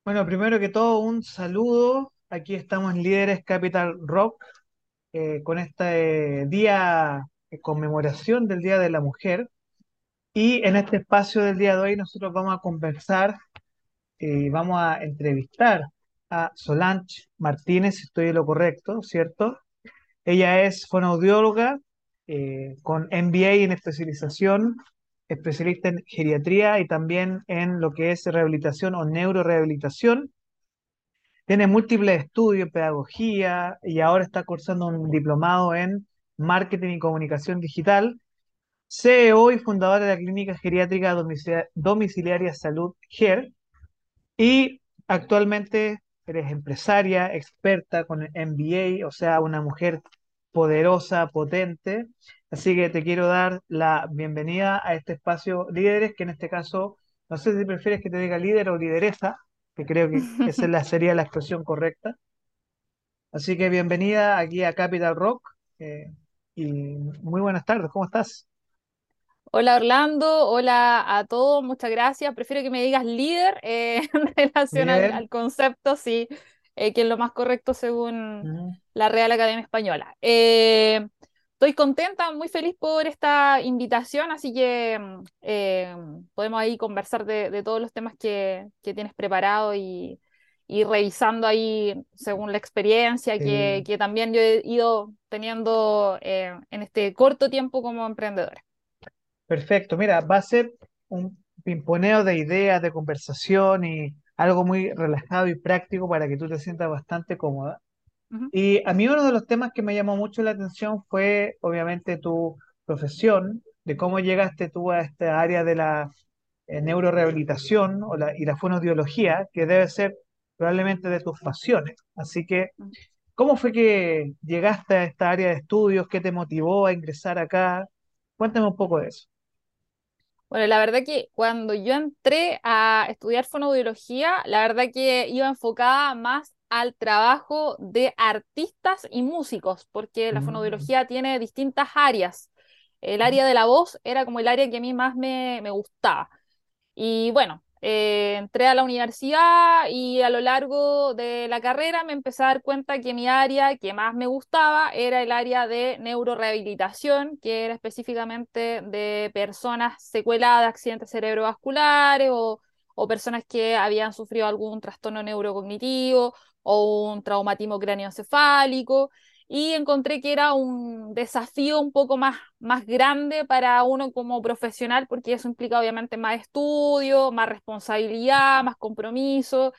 Bueno, primero que todo, un saludo. Aquí estamos en Líderes Capital Rock con este día de conmemoración del Día de la Mujer. Y en este espacio del día de hoy nosotros vamos a conversar y vamos a entrevistar a Solange Martínez, si estoy en lo correcto, ¿cierto? Ella es fonoaudióloga con MBA en especialización, especialista en geriatría y también en lo que es rehabilitación o neurorehabilitación. Tiene múltiples estudios en pedagogía y ahora está cursando un diplomado en marketing y comunicación digital. CEO y fundadora de la clínica geriátrica domiciliaria Salud GER. Y actualmente eres empresaria, experta con MBA, o sea, una mujer poderosa, potente. Así que te quiero dar la bienvenida a este espacio Líderes, que en este caso, no sé si prefieres que te diga líder o lideresa, que creo que sería la expresión correcta. Así que bienvenida aquí a Capital Rock y muy buenas tardes, ¿cómo estás? Hola Orlando, hola a todos, muchas gracias. Prefiero que me digas líder en relación al Líder. concepto, sí, que es lo más correcto según Mm. la Real Academia Española. Estoy contenta, muy feliz por esta invitación, así que podemos ahí conversar de todos los temas que tienes preparado y revisando ahí según la experiencia eh, que también yo he ido teniendo en este corto tiempo como emprendedora. Perfecto, mira, va a ser un pimponeo de ideas, de conversación y algo muy relajado y práctico para que tú te sientas bastante cómoda. Ujú. Y a mí uno de los temas que me llamó mucho la atención fue obviamente tu profesión, de cómo llegaste tú a esta área de la neurorehabilitación y la fonoaudiología, que debe ser probablemente de tus pasiones. Así que, ¿cómo fue que llegaste a esta área de estudios? ¿Qué te motivó a ingresar acá? Cuéntame un poco de eso. Bueno, la verdad que cuando yo entré a estudiar fonoaudiología, la verdad que iba enfocada más al trabajo de artistas y músicos, porque la Mm. fonoaudiología tiene distintas áreas. El área de la voz era como el área que a mí más me gustaba. Y bueno, entré a la universidad y a lo largo de la carrera me empecé a dar cuenta que mi área que más me gustaba era el área de neurorehabilitación, que era específicamente de personas secueladas de accidentes cerebrovasculares o personas que habían sufrido algún trastorno neurocognitivo o un traumatismo cráneoencefálico y encontré que era un desafío un poco más grande para uno como profesional, porque eso implica obviamente más estudio, más responsabilidad, más compromiso,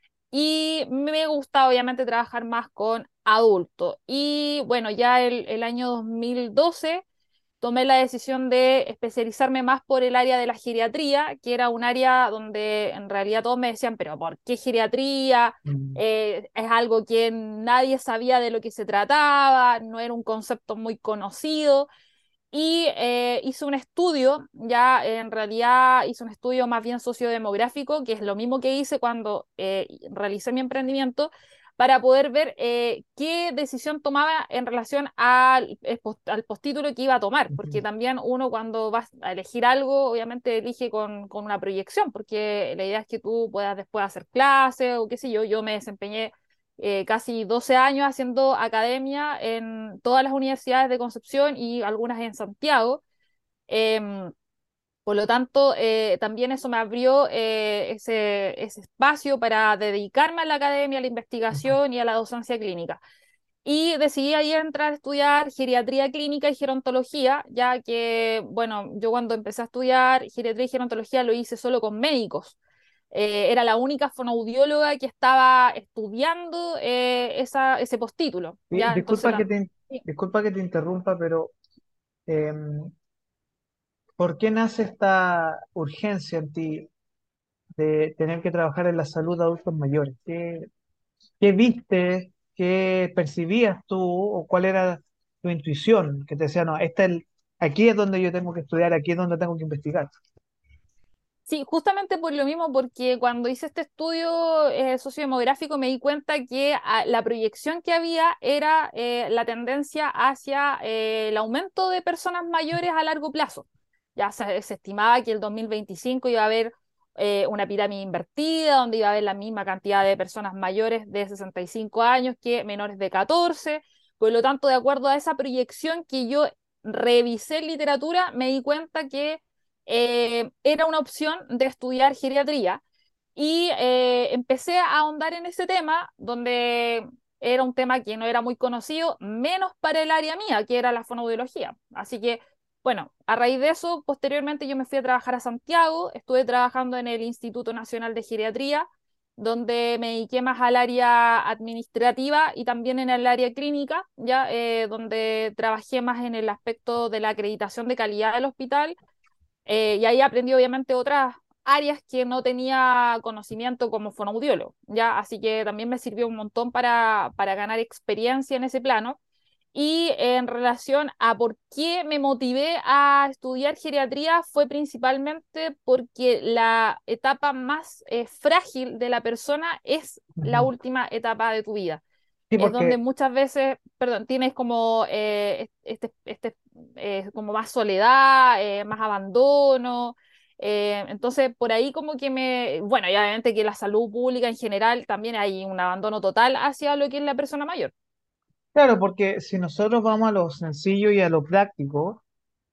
y me gusta obviamente trabajar más con adultos. Y bueno, ya el año 2012 tomé la decisión de especializarme más por el área de la geriatría, que era un área donde en realidad todos me decían, pero ¿por qué geriatría? Mm. Es algo que nadie sabía de lo que se trataba, no era un concepto muy conocido. Y hice un estudio, ya en realidad hice un estudio más bien sociodemográfico, que es lo mismo que hice cuando realicé mi emprendimiento, para poder ver qué decisión tomaba en relación al postítulo que iba a tomar, porque Ujú. también uno cuando vas a elegir algo, obviamente elige con una proyección, porque la idea es que tú puedas después hacer clases o qué sé yo me desempeñé casi 12 años haciendo academia en todas las universidades de Concepción y algunas en Santiago. Em, por lo tanto, también eso me abrió ese espacio para dedicarme a la academia, a la investigación y a la docencia clínica. Y decidí ahí entrar a estudiar geriatría clínica y gerontología, ya que, bueno, yo cuando empecé a estudiar geriatría y gerontología lo hice solo con médicos. Era la única fonoaudióloga que estaba estudiando ese postítulo, ¿ya? Entonces, Disculpa sí. disculpa que te interrumpa, pero ¿por qué nace esta urgencia en ti de tener que trabajar en la salud de adultos mayores? ¿Qué viste, qué percibías tú o cuál era tu intuición que te decía, no, aquí es donde yo tengo que estudiar, aquí es donde tengo que investigar? Sí, justamente por lo mismo, porque cuando hice este estudio sociodemográfico me di cuenta que la proyección que había era la tendencia hacia el aumento de personas mayores a largo plazo. Ya se estimaba que el 2025 iba a haber una pirámide invertida, donde iba a haber la misma cantidad de personas mayores de 65 años que menores de 14. Por lo tanto, de acuerdo a esa proyección que yo revisé en literatura, me di cuenta que era una opción de estudiar geriatría y empecé a ahondar en ese tema, donde era un tema que no era muy conocido, menos para el área mía, que era la fonoaudiología. Así que, bueno, a raíz de eso, posteriormente yo me fui a trabajar a Santiago, estuve trabajando en el Instituto Nacional de Geriatría, donde me dediqué más al área administrativa y también en el área clínica, ya donde trabajé más en el aspecto de la acreditación de calidad del hospital, y ahí aprendí obviamente otras áreas que no tenía conocimiento como fonoaudiólogo, ¿ya? Así que también me sirvió un montón para ganar experiencia en ese plano. Y en relación a por qué me motivé a estudiar geriatría fue principalmente porque la etapa más frágil de la persona es la Ujú. última etapa de tu vida. Sí, Es donde porque, muchas veces, perdón, tienes como como más soledad, más abandono. Entonces, por ahí como que bueno, y obviamente que la salud pública en general también hay un abandono total hacia lo que es la persona mayor. claro, porque si nosotros vamos a lo sencillo y a lo práctico,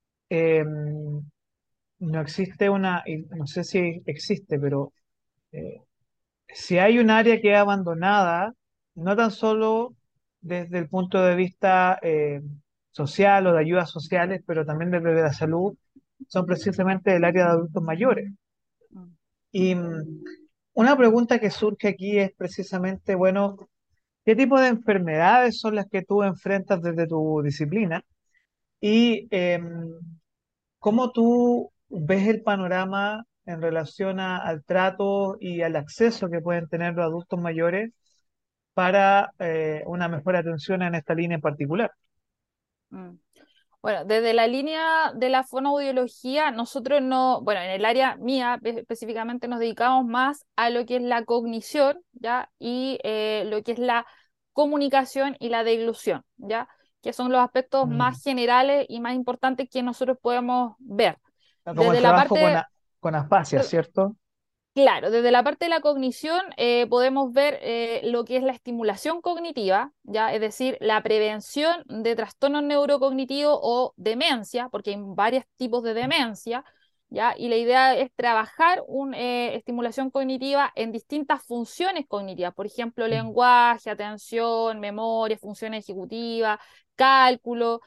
no existe y no sé si existe, pero eh, si hay un área que es abandonada, no tan solo desde el punto de vista social o de ayudas sociales, pero también desde la salud, son precisamente el área de adultos mayores. Mm, Y una pregunta que surge aquí es precisamente, bueno, ¿qué tipo de enfermedades son las que tú enfrentas desde tu disciplina? Y ¿cómo tú ves el panorama en relación al trato y al acceso que pueden tener los adultos mayores para una mejor atención en esta línea en particular? mm. Bueno, desde la línea de la fonoaudiología, nosotros no, bueno, en el área mía específicamente nos dedicamos más a lo que es la cognición, ¿ya? Y lo que es la comunicación y la deglución, ¿ya? Que son los aspectos Mm. más generales y más importantes que nosotros podemos ver. Como el Desde la trabajo parte, con afasia, ¿cierto? claro, desde la parte de la cognición podemos ver lo que es la estimulación cognitiva, ¿ya? Es decir, la prevención de trastornos neurocognitivos o demencia, porque hay varios tipos de demencia, ¿ya? Y la idea es trabajar una estimulación cognitiva en distintas funciones cognitivas, por ejemplo, Mm. lenguaje, atención, memoria, funciones ejecutivas, cálculo.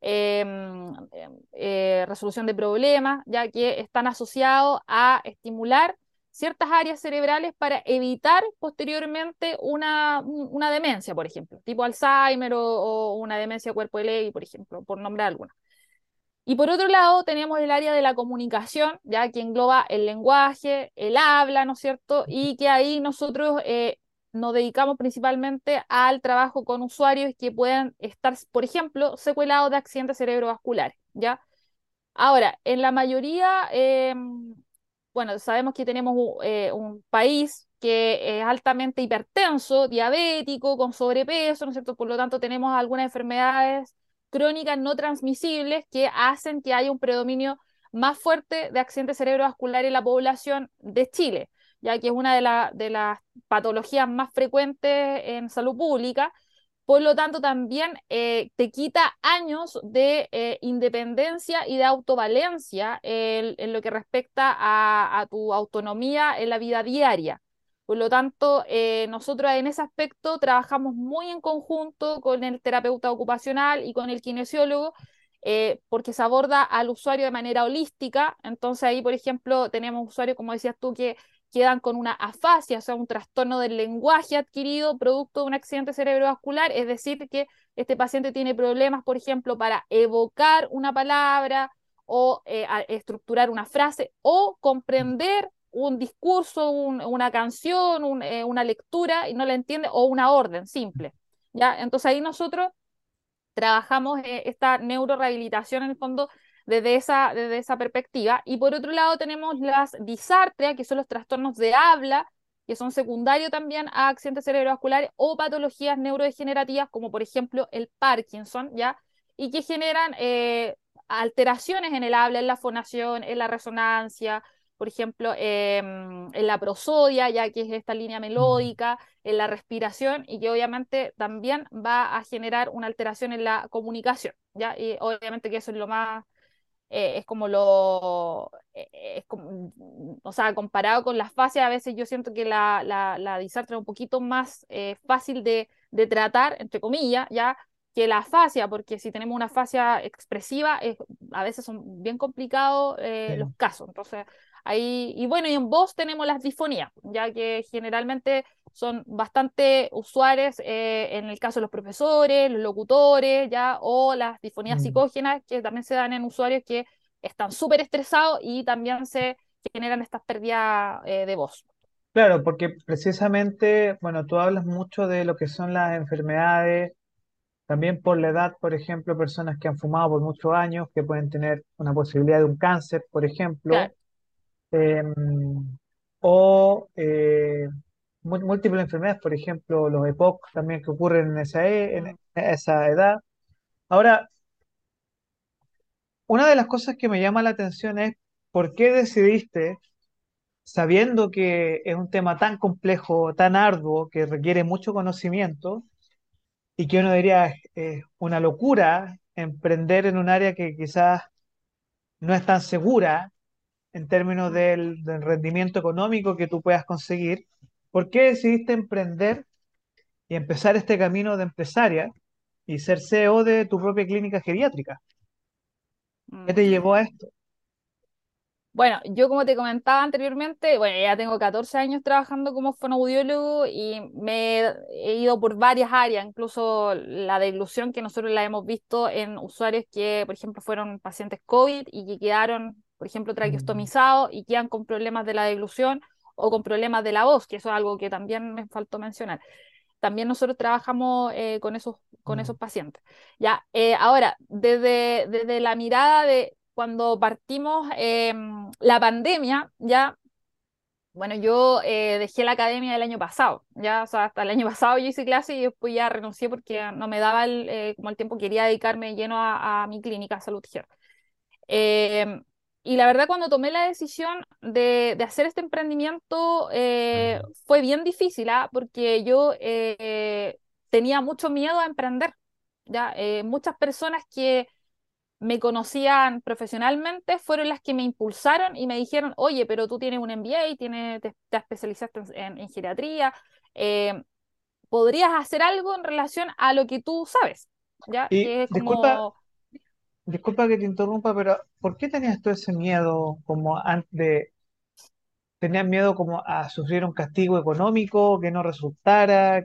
Resolución de problemas, ya que están asociados a estimular ciertas áreas cerebrales para evitar posteriormente una demencia, por ejemplo, tipo Alzheimer o una demencia cuerpo de Lewy, por ejemplo, por nombrar alguna. Y por otro lado, tenemos el área de la comunicación, ya que engloba el lenguaje, el habla, ¿no es cierto? Y que ahí nosotros nos dedicamos principalmente al trabajo con usuarios que puedan estar, por ejemplo, secuelados de accidentes cerebrovasculares, ¿ya? Ahora, en la mayoría, bueno, sabemos que tenemos un país que es altamente hipertenso, diabético, con sobrepeso, ¿no es cierto? Por lo tanto, tenemos algunas enfermedades crónicas no transmisibles que hacen que haya un predominio más fuerte de accidentes cerebrovasculares en la población de Chile, ya que es una de las patologías más frecuentes en salud pública. Por lo tanto, también te quita años de independencia y de autovalencia en lo que respecta a tu autonomía en la vida diaria. Por lo tanto, nosotros en ese aspecto trabajamos muy en conjunto con el terapeuta ocupacional y con el kinesiólogo, porque se aborda al usuario de manera holística. Entonces ahí, por ejemplo, tenemos usuarios, como decías tú, que quedan con una afasia, o sea, un trastorno del lenguaje adquirido producto de un accidente cerebrovascular, es decir, que este paciente tiene problemas, por ejemplo, para evocar una palabra o estructurar una frase o comprender un discurso, una canción, una lectura y no la entiende, o una orden simple. ¿Ya? Entonces ahí nosotros trabajamos esta neurorehabilitación en el fondo desde esa perspectiva. Y por otro lado tenemos las disartrias, que son los trastornos de habla, que son secundarios también a accidentes cerebrovasculares o patologías neurodegenerativas, como por ejemplo el Parkinson, ¿ya? Y que generan alteraciones en el habla, en la fonación, en la resonancia. por ejemplo, en la prosodia, ya que es esta línea Mm. melódica, en la respiración y que obviamente también va a generar una alteración en la comunicación, ¿ya? Y obviamente que eso es lo más es como es como, o sea, comparado con las fascias, a veces yo siento que la disartra es un poquito más fácil de tratar, entre comillas, ya, que la fascia, porque si tenemos una fascia expresiva, a veces son bien complicados los Sí. casos. Entonces, ahí, y bueno, y en voz tenemos las disfonías, ya que generalmente son bastante usuales en el caso de los profesores, los locutores, ya, o las disfonías Mm. psicógenas que también se dan en usuarios que están súper estresados y también se generan estas pérdidas de voz. Claro, porque precisamente, bueno, tú hablas mucho de lo que son las enfermedades, también por la edad, por ejemplo, personas que han fumado por muchos años, que pueden tener una posibilidad de un cáncer, por ejemplo, Claro. eh, o múltiples enfermedades, por ejemplo, los EPOC también que ocurren en en Mm, esa edad. Ahora, una de las cosas que me llama la atención es por qué decidiste, sabiendo que es un tema tan complejo, tan arduo, que requiere mucho conocimiento y que uno diría es una locura emprender en un área que quizás no es tan segura en términos mm. del rendimiento económico que tú puedas conseguir, ¿por qué decidiste emprender y empezar este camino de empresaria y ser CEO de tu propia clínica geriátrica? ¿Qué Mm. te llevó a esto? Bueno, yo como te comentaba anteriormente, bueno, ya tengo 14 años trabajando como fonoaudiólogo y me he ido por varias áreas, incluso la deglución que nosotros la hemos visto en usuarios que, por ejemplo, fueron pacientes COVID y que quedaron, por ejemplo, Mm. traqueostomizados y quedan con problemas de la deglución o con problemas de la voz, que eso es algo que también me faltó mencionar. También nosotros trabajamos con Mm. esos pacientes. Ya, ahora, desde la mirada de cuando partimos la pandemia, ya, bueno, yo dejé la academia el año pasado, ya, o sea, hasta el año pasado yo hice clase y después ya renuncié porque no me daba como el tiempo, quería dedicarme lleno a mi clínica Salud Care. Eh, y la verdad, cuando tomé la decisión de hacer este emprendimiento, fue bien difícil, ¿ah? Porque yo tenía mucho miedo a emprender. ¿Ya? Muchas personas que me conocían profesionalmente fueron las que me impulsaron y me dijeron, oye, pero tú tienes un MBA, te especializaste en geriatría, eh, podrías hacer algo en relación a lo que tú sabes, ¿ya? Y Que es disculpa, como disculpa que te interrumpa, pero ¿por qué tenías todo ese miedo como tenías miedo como a sufrir un castigo económico, que no resultara,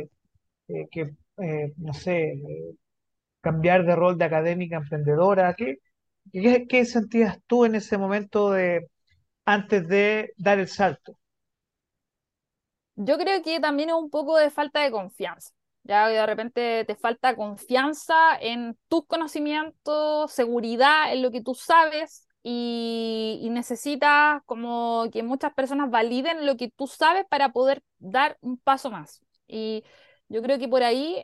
no sé, cambiar de rol de académica a emprendedora? ¿Qué sentías tú en ese momento antes de dar el salto? Yo creo que también es un poco de falta de confianza. Ya que de repente te falta confianza en tus conocimientos, seguridad en lo que tú sabes y necesitas como que muchas personas validen lo que tú sabes para poder dar un paso más. Y yo creo que por ahí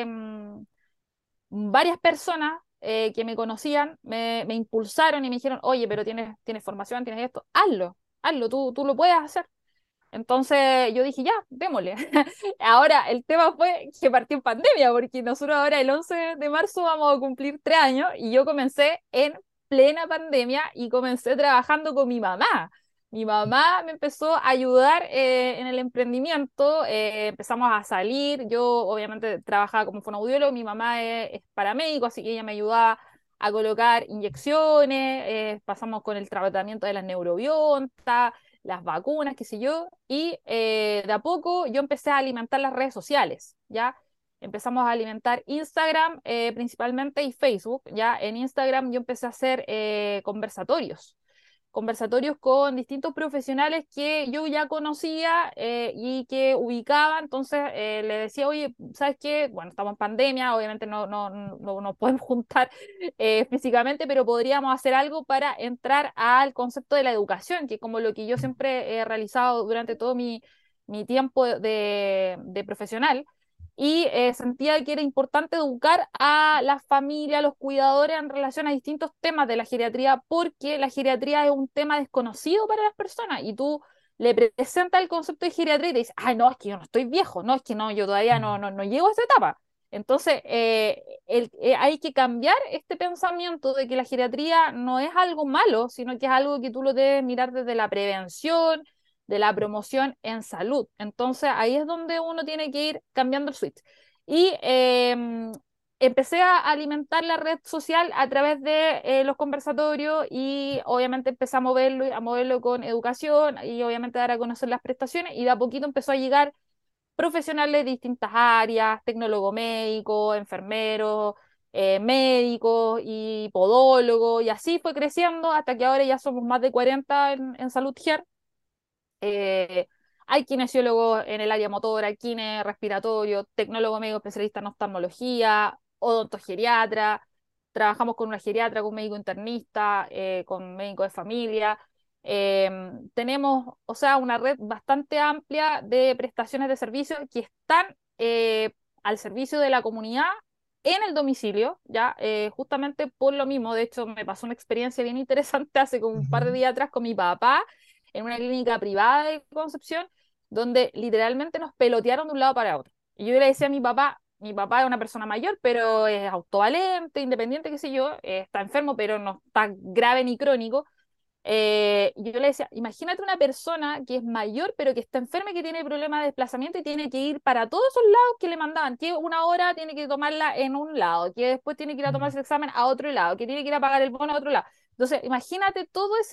varias personas que me conocían me impulsaron y me dijeron, oye, pero tienes formación, tienes esto, hazlo, tú lo puedes hacer. Entonces yo dije, ya, démosle. Ahora, el tema fue que partió en pandemia, porque nosotros ahora el 11 de marzo vamos a cumplir 3 años y yo comencé en plena pandemia y comencé trabajando con mi mamá. Mi mamá me empezó a ayudar en el emprendimiento, empezamos a salir, yo obviamente trabajaba como fonoaudiólogo, mi mamá es paramédico, así que ella me ayudaba a colocar inyecciones, pasamos con el tratamiento de las neurobiontas, las vacunas, qué sé yo, y de a poco yo empecé a alimentar las redes sociales, ¿ya? Empezamos a alimentar Instagram principalmente y Facebook, ¿ya? En Instagram yo empecé a hacer conversatorios con distintos profesionales que yo ya conocía y que ubicaba, entonces le decía, oye, ¿sabes qué? Bueno, estamos en pandemia, obviamente no podemos juntar físicamente, pero podríamos hacer algo para entrar al concepto de la educación, que es como lo que yo siempre he realizado durante todo mi tiempo de profesional. y sentía que era importante educar a la familia, a los cuidadores en relación a distintos temas de la geriatría, porque la geriatría es un tema desconocido para las personas y tú le presentas el concepto de geriatría y te dices, ay, no, es que yo no estoy viejo, no, es que no, yo todavía no llego a esa etapa. Entonces, hay que cambiar este pensamiento de que la geriatría no es algo malo, sino que es algo que tú lo debes mirar desde la prevención, de la promoción en salud. Entonces, ahí es donde uno tiene que ir cambiando el switch. Y empecé a alimentar la red social a través de los conversatorios y obviamente empecé a moverlo con educación y obviamente dar a conocer las prestaciones y de a poquito empezó a llegar profesionales de distintas áreas, tecnólogo médico, enfermeros, médicos y podólogos, y así fue creciendo hasta que ahora ya somos más de 40 en Salud Care. Eh, Hay kinesiólogos en el área motora, kine respiratorio, tecnólogo médico especialista en oftalmología, odontogeriatra, trabajamos con una geriatra, con un médico internista, con médico de familia. Tenemos, o sea, una red bastante amplia de prestaciones de servicios que están al servicio de la comunidad en el domicilio, ya justamente por lo mismo. De hecho, me pasó una experiencia bien interesante hace como un par de Ujú. días atrás con mi papá en una clínica privada de Concepción, donde literalmente nos pelotearon de un lado para otro. Y yo le decía a mi papá es una persona mayor, pero es autovalente, independiente, qué sé yo, está enfermo, pero no está grave ni crónico. Y yo le decía, imagínate una persona que es mayor, pero que está enferma y que tiene problemas de desplazamiento y tiene que ir para todos esos lados que le mandaban, que una hora tiene que tomarla en un lado, que después tiene que ir a tomarse el examen a otro lado, que tiene que ir a pagar el bono a otro lado. Entonces, imagínate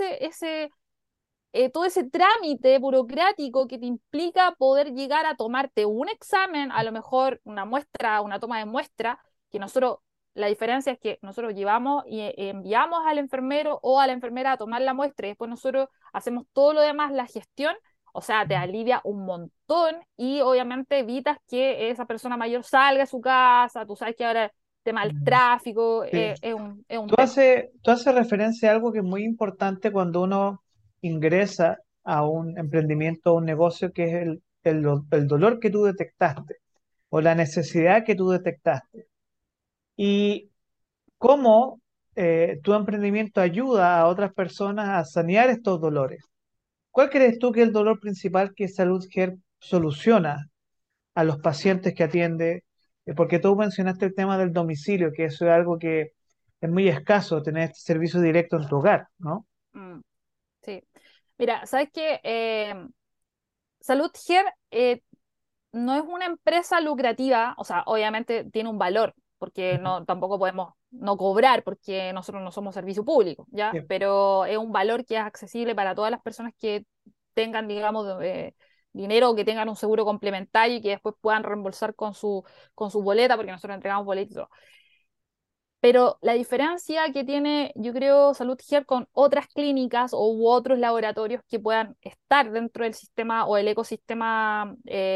todo ese trámite burocrático que te implica poder llegar a tomarte un examen, a lo mejor una muestra, una toma de muestra, que nosotros, la diferencia es que nosotros llevamos y enviamos al enfermero o a la enfermera a tomar la muestra y después nosotros hacemos todo lo demás, la gestión, o sea, te alivia un montón y obviamente evitas que esa persona mayor salga a su casa, tú sabes que ahora el tema del Mm. tráfico Sí. es un tema. Tú haces referencia a algo que es muy importante cuando uno ingresa a un emprendimiento o un negocio, que es el dolor que tú detectaste o la necesidad que tú detectaste. Y cómo tu emprendimiento ayuda a otras personas a sanear estos dolores. ¿Cuál crees tú que es el dolor principal que Salud Care soluciona a los pacientes que atiende? Porque tú mencionaste el tema del domicilio, que eso es algo que es muy escaso, tener este servicio directo en tu hogar, ¿no? Mm, sí. Mira, ¿sabes qué? Salud Care no es una empresa lucrativa, o sea, obviamente tiene un valor, porque Ujú. no, tampoco podemos no cobrar porque nosotros no somos servicio público, ¿ya? Sí. Pero es un valor que es accesible para todas las personas que tengan, digamos, dinero o que tengan un seguro complementario y que después puedan reembolsar con su boleta, porque nosotros entregamos boletos. Pero la diferencia que tiene, yo creo, Salud Care con otras clínicas u otros laboratorios que puedan estar dentro del sistema o el ecosistema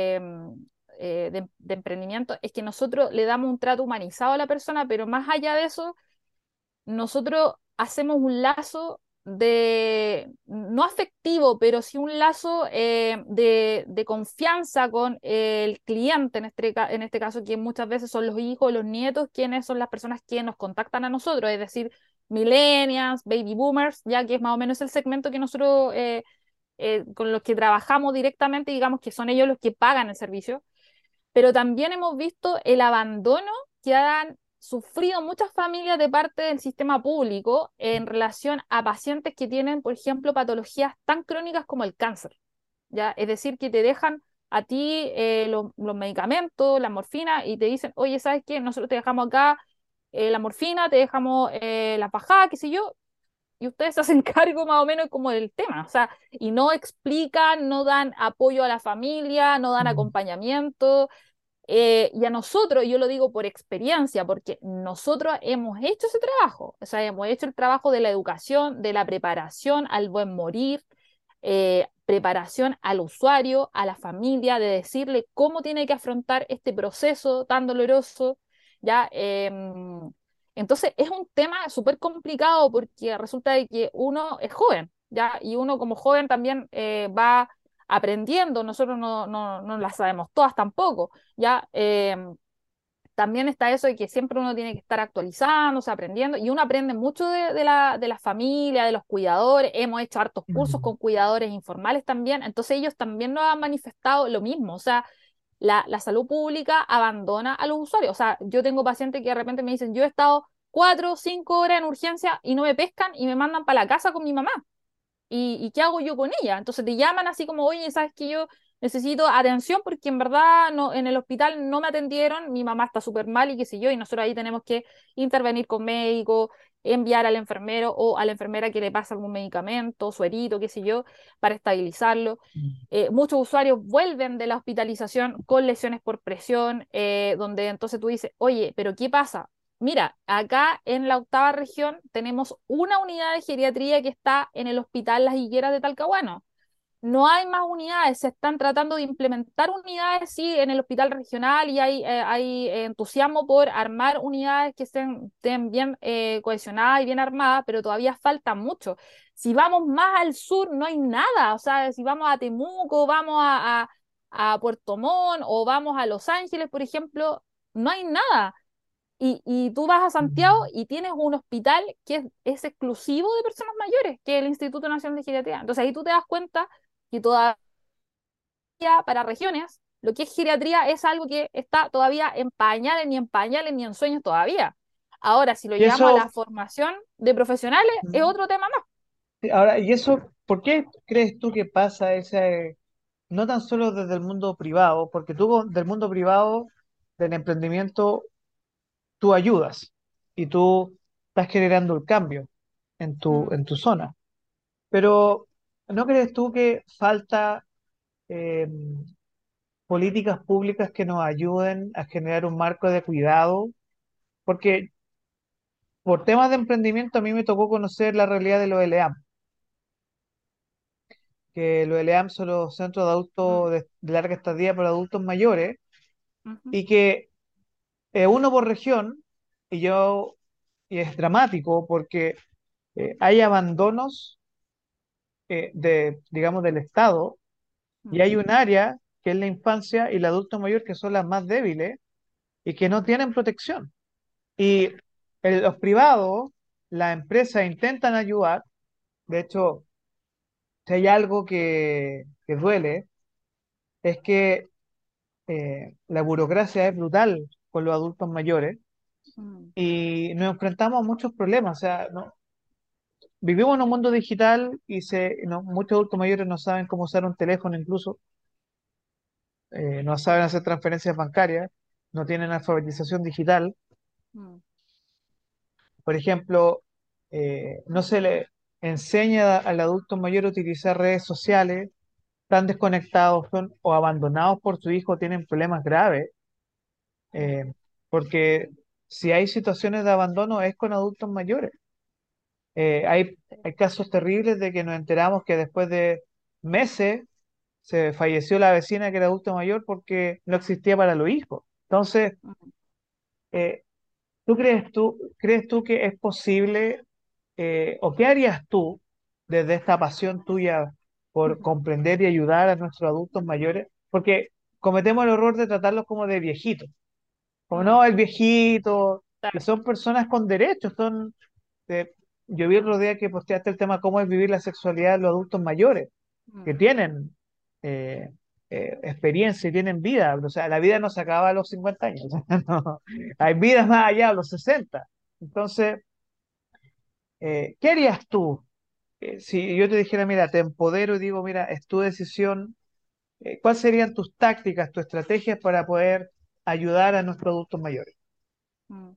de emprendimiento es que nosotros le damos un trato humanizado a la persona, pero más allá de eso, nosotros hacemos un lazo no afectivo, pero sí un lazo de confianza con el cliente, en este caso, que muchas veces son los hijos, los nietos, quienes son las personas que nos contactan a nosotros, es decir, millennials, baby boomers, ya que es más o menos el segmento que nosotros con los que trabajamos directamente, digamos que son ellos los que pagan el servicio, pero también hemos visto el abandono que han sufrido muchas familias de parte del sistema público en relación a pacientes que tienen, por ejemplo, patologías tan crónicas como el cáncer, ¿ya? Es decir, que te dejan a ti los medicamentos, la morfina, y te dicen, oye, ¿sabes qué? Nosotros te dejamos acá la morfina, te dejamos la pajada, qué sé yo, y ustedes se hacen cargo más o menos como del tema, o sea, y no explican, no dan apoyo a la familia, no dan Mm. acompañamiento, y a nosotros, yo lo digo por experiencia, porque nosotros hemos hecho ese trabajo, o sea, hemos hecho el trabajo de la educación, de la preparación al buen morir, preparación al usuario, a la familia, de decirle cómo tiene que afrontar este proceso tan doloroso, ¿ya? Entonces es un tema súper complicado porque resulta de que uno es joven, ¿ya? Y uno como joven también va aprendiendo, nosotros no las sabemos todas tampoco, ¿ya? También está eso de que siempre uno tiene que estar actualizándose, aprendiendo, y uno aprende mucho de la familia, de los cuidadores. Hemos hecho hartos cursos Mm, con cuidadores informales también, entonces ellos también nos han manifestado lo mismo, o sea, la salud pública abandona a los usuarios. O sea, yo tengo pacientes que de repente me dicen, yo he estado 4 o 5 horas en urgencia y no me pescan y me mandan para la casa con mi mamá. ¿Y qué hago yo con ella? Entonces te llaman así como, oye, sabes que yo necesito atención porque en verdad no, en el hospital no me atendieron, mi mamá está súper mal y qué sé yo, y nosotros ahí tenemos que intervenir con médico, enviar al enfermero o a la enfermera que le pasa algún medicamento, suerito, qué sé yo, para estabilizarlo. mm. Muchos usuarios vuelven de la hospitalización con lesiones por presión, donde entonces tú dices, oye, pero ¿qué pasa? Mira, acá en la octava región tenemos una unidad de geriatría que está en el Hospital Las Higueras de Talcahuano. No hay más unidades, se están tratando de implementar unidades, sí, en el hospital regional y hay entusiasmo por armar unidades que estén bien cohesionadas y bien armadas, pero todavía falta mucho. Si vamos más al sur, no hay nada, o sea, si vamos a Temuco, vamos a Puerto Montt o vamos a Los Ángeles, por ejemplo, no hay nada. Y tú vas a Santiago Mm. y tienes un hospital que es exclusivo de personas mayores, que es el Instituto Nacional de Geriatría. Entonces ahí tú te das cuenta que todavía para regiones, lo que es geriatría es algo que está todavía en pañales, ni en sueños todavía. Ahora, si lo Y llevamos a eso, la formación de profesionales, es mm, otro tema más. ahora, y eso, ¿por qué crees tú que pasa ese, no tan solo desde el mundo privado, porque tú del mundo privado, del emprendimiento, tú ayudas y tú estás generando el cambio Mm, en tu zona, pero ¿no crees tú que falta eh, políticas públicas que nos ayuden a generar un marco de cuidado? Porque por temas de emprendimiento a mí me tocó conocer la realidad de los LEAM, que los LEAM son los centros de mm, adultos de larga estadía para adultos mayores ujú, y que uno por región, y yo, y es dramático porque hay abandonos digamos, del Estado y mm, hay un área que es la infancia y el adulto mayor que son las más débiles y que no tienen protección. Y los privados, las empresas intentan ayudar. De hecho, si hay algo que duele, es que la burocracia es brutal con los adultos mayores mm, y nos enfrentamos a muchos problemas. O sea, vivimos en un mundo digital y muchos adultos mayores no saben cómo usar un teléfono incluso, no saben hacer transferencias bancarias, no tienen alfabetización digital. mm, Por ejemplo, no se le enseña al adulto mayor a utilizar redes sociales, están desconectados o abandonados por su hijo, tienen problemas graves, mm, eh, porque si hay situaciones de abandono es con adultos mayores. sí, Hay casos terribles de que nos enteramos que después de meses se falleció la vecina que era adulto mayor porque no existía para los hijos. Entonces, mm, eh, crees tú que es posible, o qué harías tú desde esta pasión tuya por ujú, comprender y ayudar a nuestros adultos mayores? Porque cometemos el error de tratarlos como de viejitos, como mm, no, el viejito, y claro, son personas con derechos, eh, yo vi el otro día que posteaste el tema cómo es vivir la sexualidad de los adultos mayores, que mm, tienen eh, experiencia y tienen vida, o sea, la vida no se acaba a los 50 años, no, hay vidas más allá a los 60. Entonces, ¿qué harías tú? Si yo te dijera, mira, te empodero y digo, mira, es tu decisión, ¿cuáles serían tus tácticas, tus estrategias para poder ayudar a nuestros adultos mayores? mm.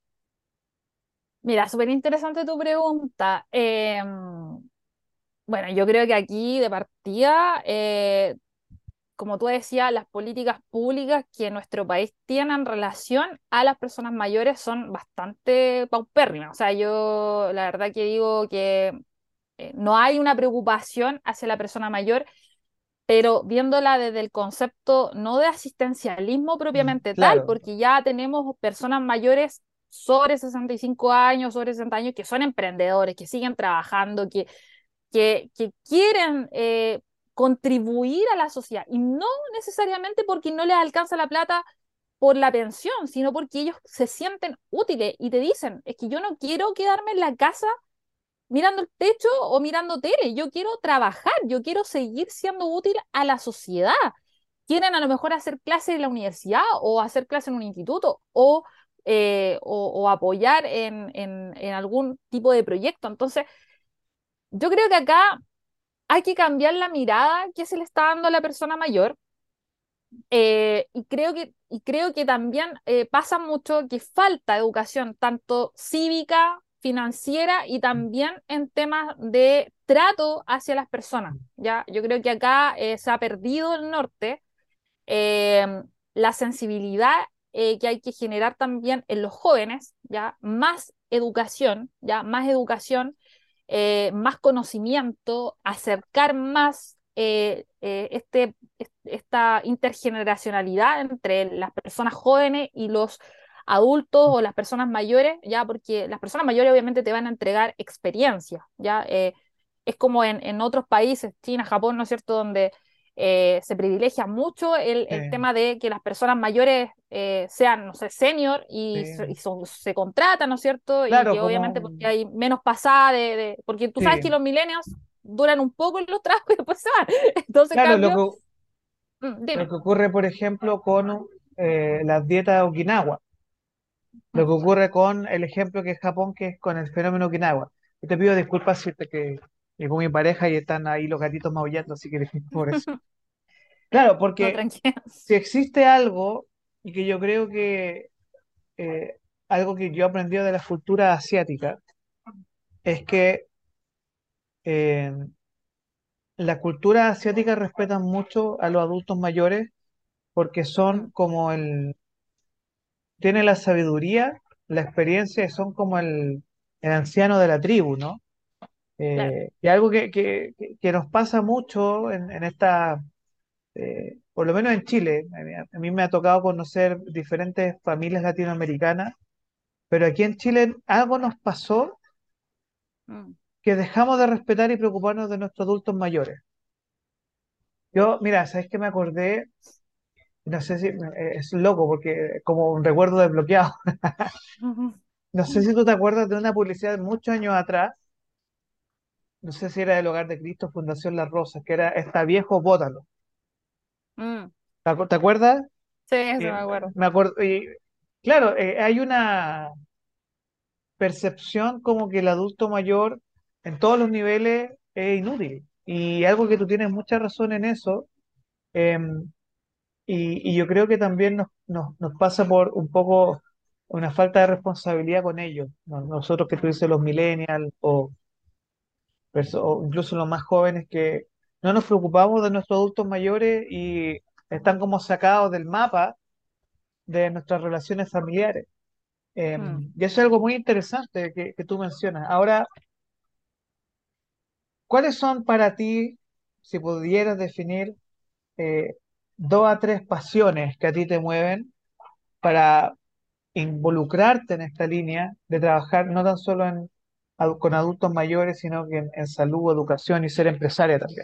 Mira, súper interesante tu pregunta. Bueno, yo creo que aquí de partida, como tú decías, las políticas públicas que nuestro país tiene en relación a las personas mayores son bastante paupérrimas. O sea, yo la verdad que digo que no hay una preocupación hacia la persona mayor, pero viéndola desde el concepto no de asistencialismo propiamente tal, Claro, porque ya tenemos personas mayores sobre 65 años, sobre 60 años, que son emprendedores, que siguen trabajando, que quieren contribuir a la sociedad, y no necesariamente porque no les alcanza la plata por la pensión, sino porque ellos se sienten útiles y te dicen, es que yo no quiero quedarme en la casa mirando el techo o mirando tele, yo quiero trabajar, yo quiero seguir siendo útil a la sociedad. Quieren a lo mejor hacer clases en la universidad o hacer clases en un instituto o apoyar en algún tipo de proyecto. Entonces, yo creo que acá hay que cambiar la mirada que se le está dando a la persona mayor. Y creo que también pasa mucho que falta educación, tanto cívica, financiera y también en temas de trato hacia las personas. ¿Ya? Yo creo que acá se ha perdido el norte, eh, la sensibilidad que hay que generar también en los jóvenes, ¿ya? Más educación, más conocimiento, acercar más esta intergeneracionalidad entre las personas jóvenes y los adultos o las personas mayores, ya, porque las personas mayores obviamente te van a entregar experiencia, ya, es como en otros países, China, Japón, ¿no es cierto?, donde se privilegia mucho el Sí, tema de que las personas mayores sean, no sé, senior y sí. se contratan, ¿no es cierto? Y Claro, que obviamente porque hay menos pasada porque tú sabes que sí, los millennials duran un poco en los trabajos y después se van. Entonces, en claro, cambio, lo dime. que ocurre, por ejemplo, con las dietas de Okinawa, lo Mm. que ocurre con el ejemplo que es Japón, que es con el fenómeno Okinawa. Y te pido disculpas si te que llegó mi pareja y están ahí los gatitos maullando, así que disculpa por eso. Claro, No, porque tranquila. si existe algo, y que yo creo que algo que yo he aprendido de la cultura asiática, es que eh, la cultura asiática respeta mucho a los adultos mayores porque son Mm, como tienen la sabiduría, la experiencia y son como el anciano de la tribu, ¿no? claro. Y algo que nos pasa mucho en esta, por lo menos en Chile, a mí me ha tocado conocer diferentes familias latinoamericanas, pero aquí en Chile algo nos pasó Mm, que dejamos de respetar y preocuparnos de nuestros adultos mayores. Yo, mira, ¿sabes qué me acordé? No sé si es loco porque como un recuerdo desbloqueado. ujú, No sé si tú te acuerdas de una publicidad de muchos años atrás, no sé si era del Hogar de Cristo, Fundación Las Rosas, que era Está viejo, bótalo. mm. Te acuerdas? Sí, eso me acuerdo. Me acuerdo, y claro, hay una percepción como que el adulto mayor en todos los niveles es inútil. Y algo que tú Mm, tienes mucha razón en eso, y yo creo que también nos pasa por un poco una falta de responsabilidad con ellos. Nosotros que tú dices los millennials o incluso los más jóvenes que no nos preocupamos de nuestros adultos mayores y están como sacados del mapa de nuestras relaciones familiares. mm. Y eso es algo muy interesante que tú mencionas. Ahora, ¿cuáles son para ti, si pudieras definir eh, dos a tres pasiones que a ti te mueven para involucrarte en esta línea de trabajar no tan solo con adultos mayores, sino que en salud, educación y ser empresaria también?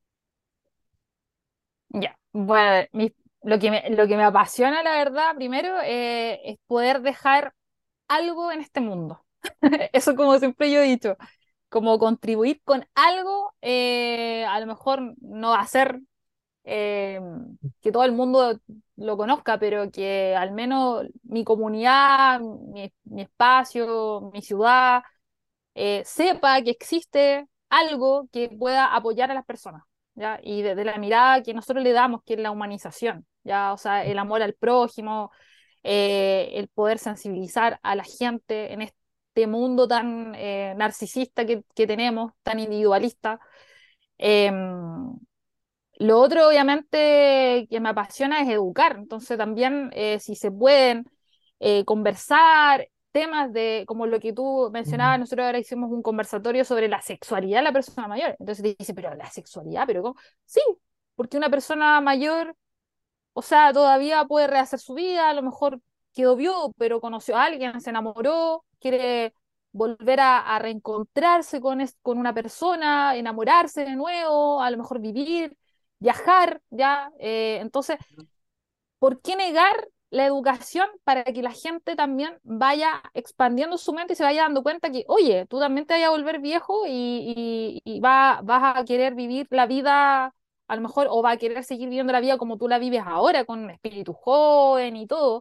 Ya, bueno, lo que me apasiona, la verdad, primero, es poder dejar algo en este mundo. Eso como siempre yo he dicho, como contribuir con algo, a lo mejor no hacer eh, que todo el mundo lo conozca, pero que al menos mi comunidad, mi espacio, mi ciudad, sepa que existe algo que pueda apoyar a las personas, ¿ya? Y desde la mirada que nosotros le damos, que es la humanización, ¿ya? O sea, el amor al prójimo, el poder sensibilizar a la gente en este mundo tan narcisista que tenemos, tan individualista. Lo otro, obviamente, que me apasiona es educar. Entonces, también, si se pueden conversar temas como lo que tú Ujú. mencionabas, nosotros ahora hicimos un conversatorio sobre la sexualidad de la persona mayor. Entonces te dice, pero la sexualidad, pero ¿cómo? Sí, porque una persona mayor, o sea, todavía puede rehacer su vida, a lo mejor quedó viudo, pero conoció a alguien, se enamoró, quiere. volver a reencontrarse con una persona, enamorarse de nuevo, a lo mejor vivir, viajar, ¿ya? Entonces, ¿por qué negar la educación para que la gente también vaya expandiendo su mente y se vaya dando cuenta que, oye, tú también te vas a volver viejo y vas a querer vivir la vida, a lo mejor, o vas a querer seguir viviendo la vida como tú la vives ahora, con espíritu joven y todo?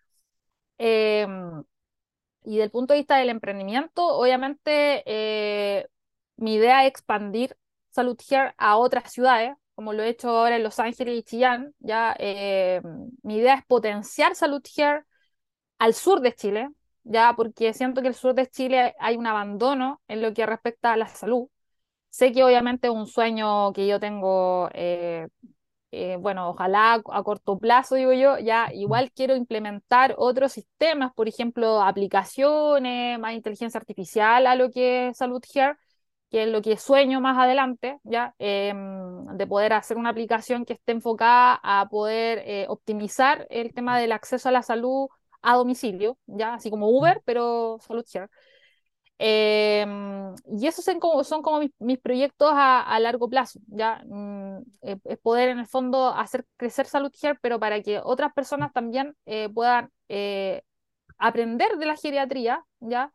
Em, y del punto de vista del emprendimiento, obviamente mi idea es expandir Salud Care a otras ciudades, como lo he hecho ahora en Los Ángeles y Chillán. Ya, mi idea es potenciar Salud Care al sur de Chile, ya porque siento que el sur de Chile hay un abandono en lo que respecta a la salud. Sé que obviamente es un sueño que yo tengo, bueno, ojalá a corto plazo, digo yo, ya igual quiero implementar otros sistemas, por ejemplo, aplicaciones, más inteligencia artificial a lo que es Salud Care, que es lo que sueño más adelante, ya, de poder hacer una aplicación que esté enfocada a poder optimizar el tema del acceso a la salud a domicilio, ya, así como Uber, pero Salud Care. Y esos son como mis proyectos a largo plazo, ¿ya? Es poder en el fondo hacer crecer Salud Care, pero para que otras personas también puedan aprender de la geriatría, ¿ya?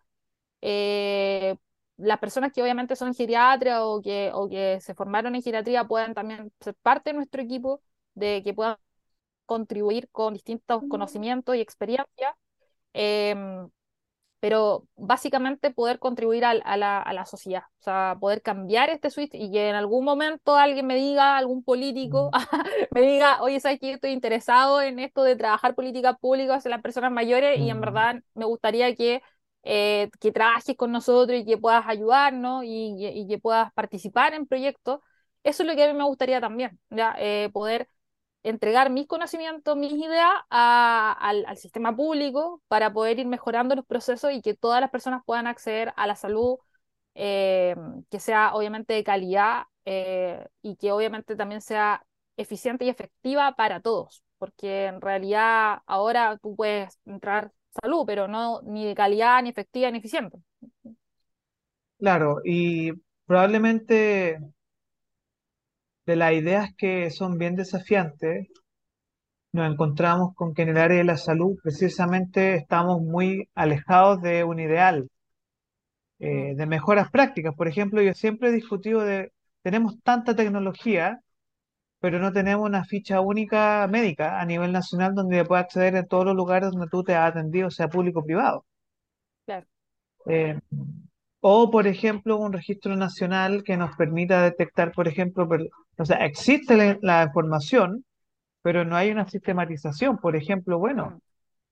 Eh, las personas que obviamente son geriatras o que se formaron en geriatría puedan también ser parte de nuestro equipo, de que puedan contribuir con distintos conocimientos y experiencias. em, pero básicamente poder contribuir a la sociedad, o sea, poder cambiar este switch y que en algún momento alguien me diga, algún político, me diga, oye, ¿sabes qué? Estoy interesado en esto de trabajar políticas públicas en las personas mayores y en Mm. verdad me gustaría que trabajes con nosotros y que puedas ayudarnos y que puedas participar en proyectos. Eso es lo que a mí me gustaría también, ¿ya? Poder entregar mis conocimientos, mis ideas al sistema público para poder ir mejorando los procesos y que todas las personas puedan acceder a la salud eh, que sea obviamente de calidad y que obviamente también sea eficiente y efectiva para todos, porque en realidad ahora tú puedes entrar salud, pero no ni de calidad, ni efectiva, ni eficiente. Claro, y probablemente de las ideas que son bien desafiantes, nos encontramos con que en el área de la salud precisamente estamos muy alejados de un ideal, Mm, de mejoras prácticas. Por ejemplo, yo siempre he discutido tenemos tanta tecnología, pero no tenemos una ficha única médica a nivel nacional donde pueda acceder en todos los lugares donde tú te has atendido, sea público o privado. claro. Eh, o, por ejemplo, un registro nacional que nos permita detectar, por ejemplo, o sea, existe la información, pero no hay una sistematización. Por ejemplo, bueno, Mm,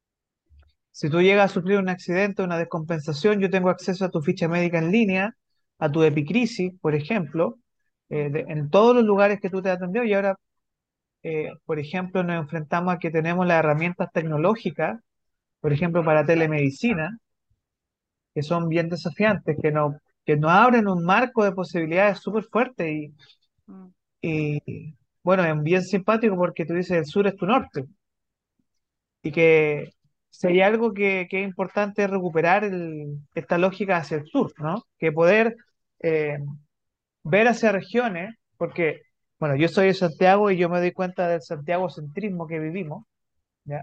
si tú llegas a sufrir un accidente, una descompensación, yo tengo acceso a tu ficha médica en línea, a tu epicrisis, por ejemplo, ujú, en todos los lugares que tú te has atendido. Y ahora, por ejemplo, nos enfrentamos a que tenemos las herramientas tecnológicas, por ejemplo, para telemedicina, que son bien desafiantes, que nos abren un marco de posibilidades súper fuerte mm, y, bueno, es bien simpático porque tú dices el sur es tu norte y que si hay algo que es importante es recuperar esta lógica hacia el sur, ¿no? Que poder eh, ver hacia regiones, porque, bueno, yo soy de Santiago y yo me doy cuenta del Santiago centrismo que vivimos, ¿ya?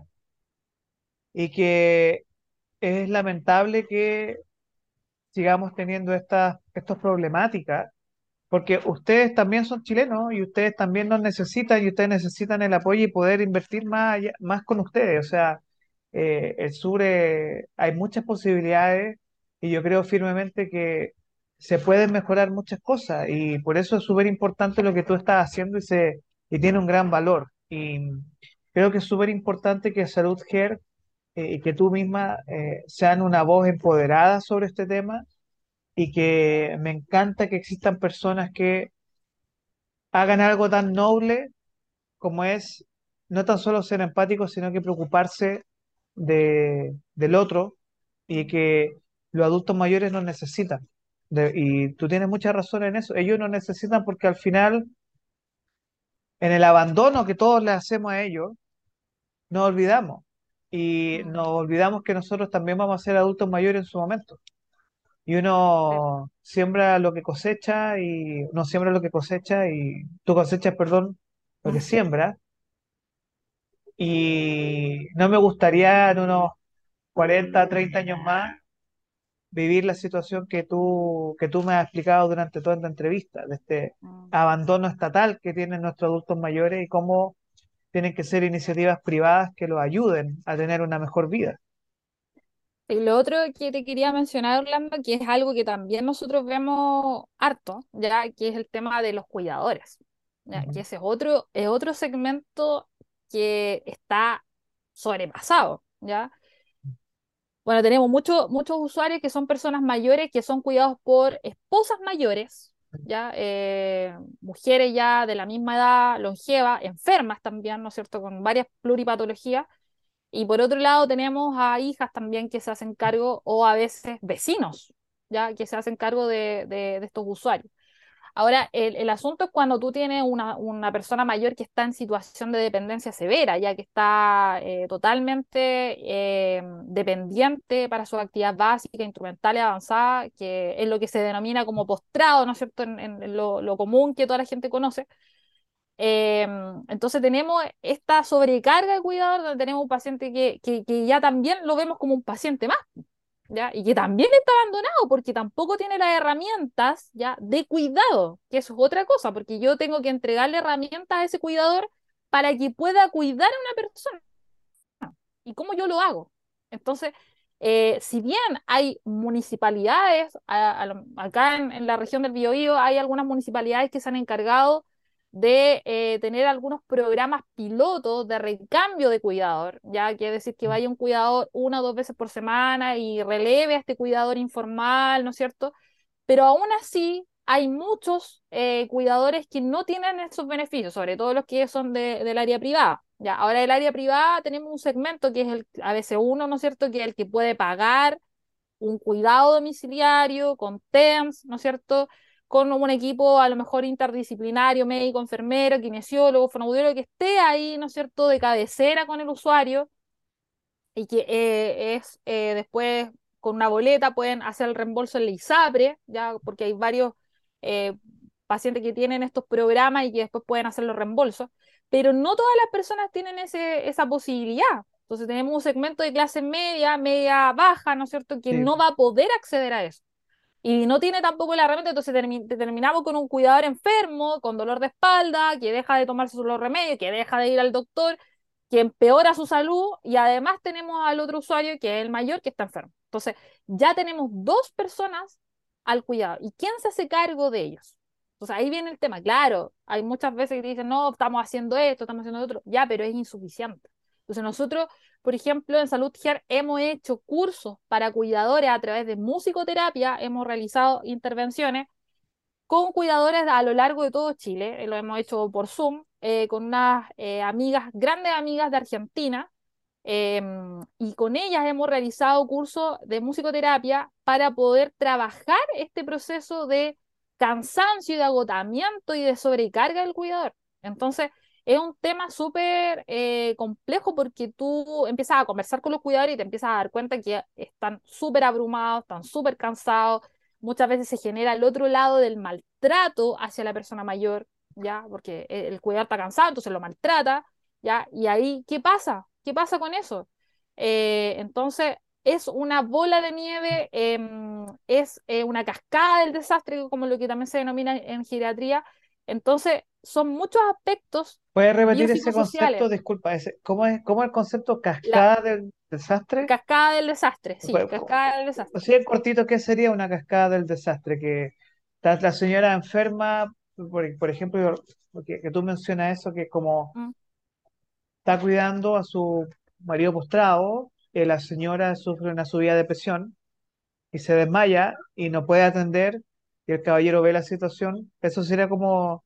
Y que es lamentable que sigamos teniendo estas problemáticas, porque ustedes también son chilenos y ustedes también nos necesitan y ustedes necesitan el apoyo y poder invertir más con ustedes. O sea, el sur, hay muchas posibilidades y yo creo firmemente que se pueden mejorar muchas cosas y por eso es súper importante lo que tú estás haciendo y tiene un gran valor. Y creo que es súper importante que Salud Care y que tú misma sean una voz empoderada sobre este tema y que me encanta que existan personas que hagan algo tan noble como es no tan solo ser empático, sino que preocuparse del otro y mm, que los adultos mayores nos necesitan. Y tú tienes mucha razón en eso. Ellos nos necesitan porque al final, en el abandono que todos le hacemos a ellos, nos olvidamos. Y mm. nos olvidamos que nosotros también vamos a ser adultos mayores en su momento. y uno siembra lo que cosecha y uno siembra lo que cosecha y tú cosechas, perdón, lo que siembra. Y no me gustaría en unos 40 30 años más vivir la situación que tú me has explicado durante toda esta entrevista, de este Mm. abandono estatal que tienen nuestros adultos mayores y cómo tienen que ser iniciativas privadas que los ayuden a tener una mejor vida. Y lo otro que te quería mencionar, Orlando, que es algo que también nosotros vemos harto, ya que es el tema de los cuidadores, ya Ujú. que ese es otro segmento que está sobrepasado, ¿ya? Bueno, tenemos muchos usuarios que son personas mayores que son cuidados por esposas mayores, ¿ya? Mujeres ya de la misma edad, longevas, enfermas también, ¿no es cierto?, con varias pluripatologías. Y por otro lado tenemos a hijas también que se hacen cargo, o a veces vecinos, ¿ya? Que se hacen cargo de estos usuarios. Ahora, el asunto es cuando tú tienes una persona mayor que está en situación de dependencia severa, ya que está totalmente dependiente para su actividad básica, instrumental y avanzada, que es lo que se denomina como postrado, ¿no es cierto?, en lo común que toda la gente conoce. Eh, entonces tenemos esta sobrecarga de cuidador, donde tenemos un paciente que ya también lo vemos como un paciente más, ¿ya? Y que también está abandonado porque tampoco tiene las herramientas, ¿ya?, de cuidado, que eso es otra cosa, porque yo tengo que entregarle herramientas a ese cuidador para que pueda cuidar a una persona. ¿Y cómo yo lo hago? Entonces, si bien hay municipalidades, acá en la región del Biobío hay algunas municipalidades que se han encargado de tener algunos programas pilotos de recambio de cuidador, ya quiere decir que vaya un cuidador una o dos veces por semana y releve a este cuidador informal, ¿no es cierto? Pero aún así hay muchos cuidadores que no tienen esos beneficios, sobre todo los que son del área privada. Ya, ahora del área privada tenemos un segmento que es el ABC1, ¿no es cierto?, que es el que puede pagar un cuidado domiciliario con TENS, ¿no es cierto?, con un equipo a lo mejor interdisciplinario, médico, enfermero, kinesiólogo, fonoaudiólogo, que esté ahí, ¿no es cierto?, de cabecera con el usuario y que después con una boleta pueden hacer el reembolso en la ISAPRE, ya porque hay varios eh, pacientes que tienen estos programas y que después pueden hacer los reembolsos, pero no todas las personas tienen esa posibilidad. Entonces tenemos un segmento de clase media, media baja, ¿no es cierto?, que Sí, no va a poder acceder a eso. Y no tiene tampoco la herramienta, entonces terminamos con un cuidador enfermo, con dolor de espalda, que deja de tomarse los remedios, que deja de ir al doctor, que empeora su salud, y además tenemos al otro usuario, que es el mayor, que está enfermo. Entonces, ya tenemos dos personas al cuidado. ¿Y quién se hace cargo de ellos? Entonces, ahí viene el tema. Claro, hay muchas veces que te dicen, no, estamos haciendo esto, estamos haciendo otro. Ya, pero es insuficiente. Entonces, nosotros, por ejemplo, en Salud Care hemos hecho cursos para cuidadores a través de musicoterapia, hemos realizado intervenciones con cuidadores a lo largo de todo Chile, lo hemos hecho por Zoom, con unas amigas, grandes amigas de Argentina, eh, y con ellas hemos realizado cursos de musicoterapia para poder trabajar este proceso de cansancio y de agotamiento y de sobrecarga del cuidador. Entonces, es un tema súper complejo porque tú empiezas a conversar con los cuidadores y te empiezas a dar cuenta que están súper abrumados, están súper cansados. Muchas veces se genera el otro lado del maltrato hacia la persona mayor, ¿ya? Porque el cuidador está cansado, entonces lo maltrata, ¿ya? Y ahí, ¿qué pasa? ¿Qué pasa con eso? Entonces, es una bola de nieve, es una cascada del desastre, como lo que también se denomina en geriatría. Entonces, son muchos aspectos ¿puedes repetir ese biopsicosociales. concepto? Disculpa, cómo es el concepto La cascada del desastre? cascada del desastre, sí, Pues, cascada del desastre. así en cortito, ¿qué sería una cascada del desastre? Que está la señora enferma, por ejemplo, que tú mencionas eso, que como Mm. está cuidando a su marido postrado, la señora sufre una subida de presión y se desmaya y no puede atender, y el caballero ve la situación, eso sería como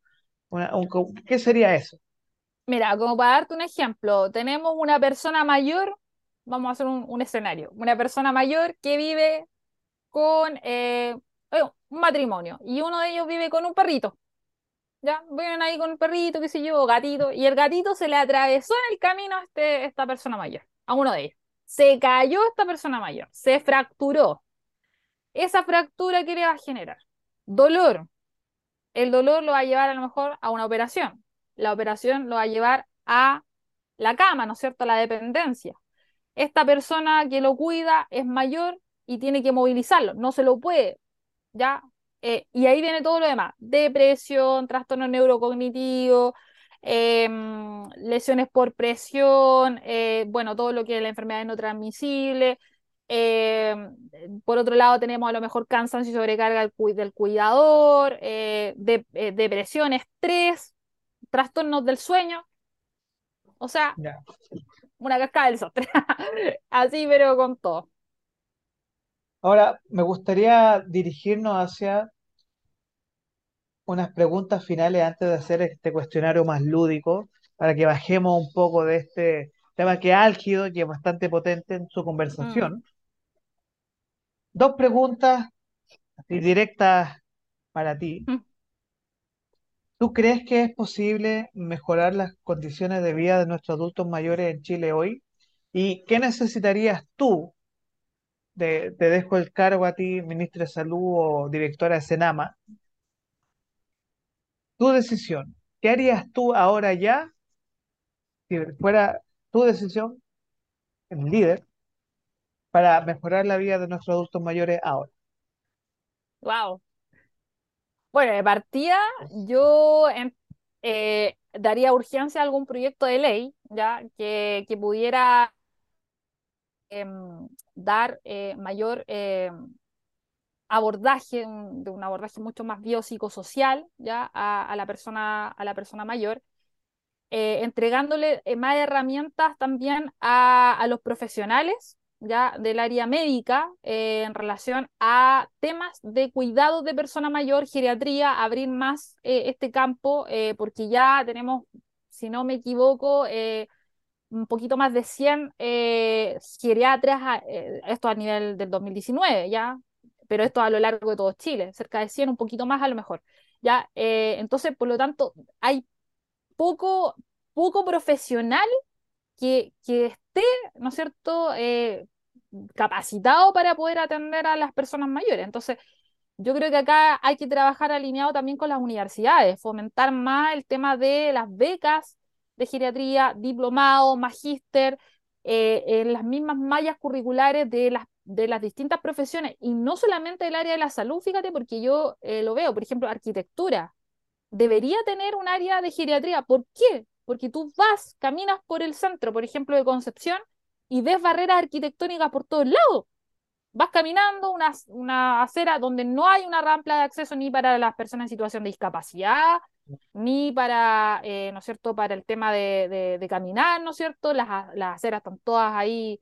¿qué sería eso? Mira, como para darte un ejemplo, tenemos una persona mayor, vamos a hacer un escenario, una persona mayor que vive con un matrimonio y uno de ellos vive con un perrito, ¿ya? Viven ahí con un perrito, qué sé yo, gatito, y el gatito se le atravesó en el camino a esta persona mayor, a uno de ellos. Se cayó esta persona mayor, se fracturó. esa fractura que le va a generar. Dolor. El dolor lo va a llevar a lo mejor a una operación. La operación lo va a llevar a la cama, ¿no es cierto? A la dependencia. Esta persona que lo cuida es mayor y tiene que movilizarlo, no se lo puede, ¿ya? Y ahí viene todo lo demás, depresión, trastorno neurocognitivo, lesiones por presión, bueno, todo lo que es la enfermedad no transmisible. eh, por otro lado, tenemos a lo mejor cansancio y sobrecarga del cuidador, depresión, estrés, trastornos del sueño, o sea, Ya. una cascada del desastre. Así, pero con todo. Ahora, me gustaría dirigirnos hacia unas preguntas finales antes de hacer este cuestionario más lúdico, para que bajemos un poco de este tema que es álgido y es bastante potente en su Mm, conversación. Dos preguntas así directas para ti. mm. ¿Tú crees que es posible mejorar las condiciones de vida de nuestros adultos mayores en Chile hoy? ¿Y qué necesitarías tú? Te dejo el cargo a ti, ministra de Salud o directora de Senama. Tu decisión. ¿Qué harías tú ahora ya si fuera tu decisión, el líder, para mejorar la vida de nuestros adultos mayores ahora? Wow. Bueno, de partida, yo daría urgencia a algún proyecto de ley, ya, que pudiera dar mayor abordaje, de un abordaje mucho más biopsicosocial, ya, a la persona mayor, entregándole más herramientas también a los profesionales ya del área médica en relación a temas de cuidado de persona mayor, geriatría, abrir más este campo, porque ya tenemos, si no me equivoco, un poquito más de 100 geriatras, esto a nivel del 2019, ¿ya? Pero esto a lo largo de todo Chile, cerca de 100, un poquito más a lo mejor, ¿ya? Entonces, por lo tanto, hay poco, poco profesional que esté, ¿no es cierto?, capacitado para poder atender a las personas mayores. Entonces, yo creo que acá hay que trabajar alineado también con las universidades, fomentar más el tema de las becas de geriatría, diplomado, magíster, en las mismas mallas curriculares de las distintas profesiones y no solamente del área de la salud, fíjate, porque yo lo veo, por ejemplo, arquitectura debería tener un área de geriatría. ¿Por qué? Porque tú vas, caminas por el centro, por ejemplo, de Concepción, y ves barreras arquitectónicas por todos lados. Vas caminando una acera donde no hay una rampa de acceso ni para las personas en situación de discapacidad, ni para, ¿no es cierto?, para el tema de caminar, ¿no es cierto? Las aceras están todas ahí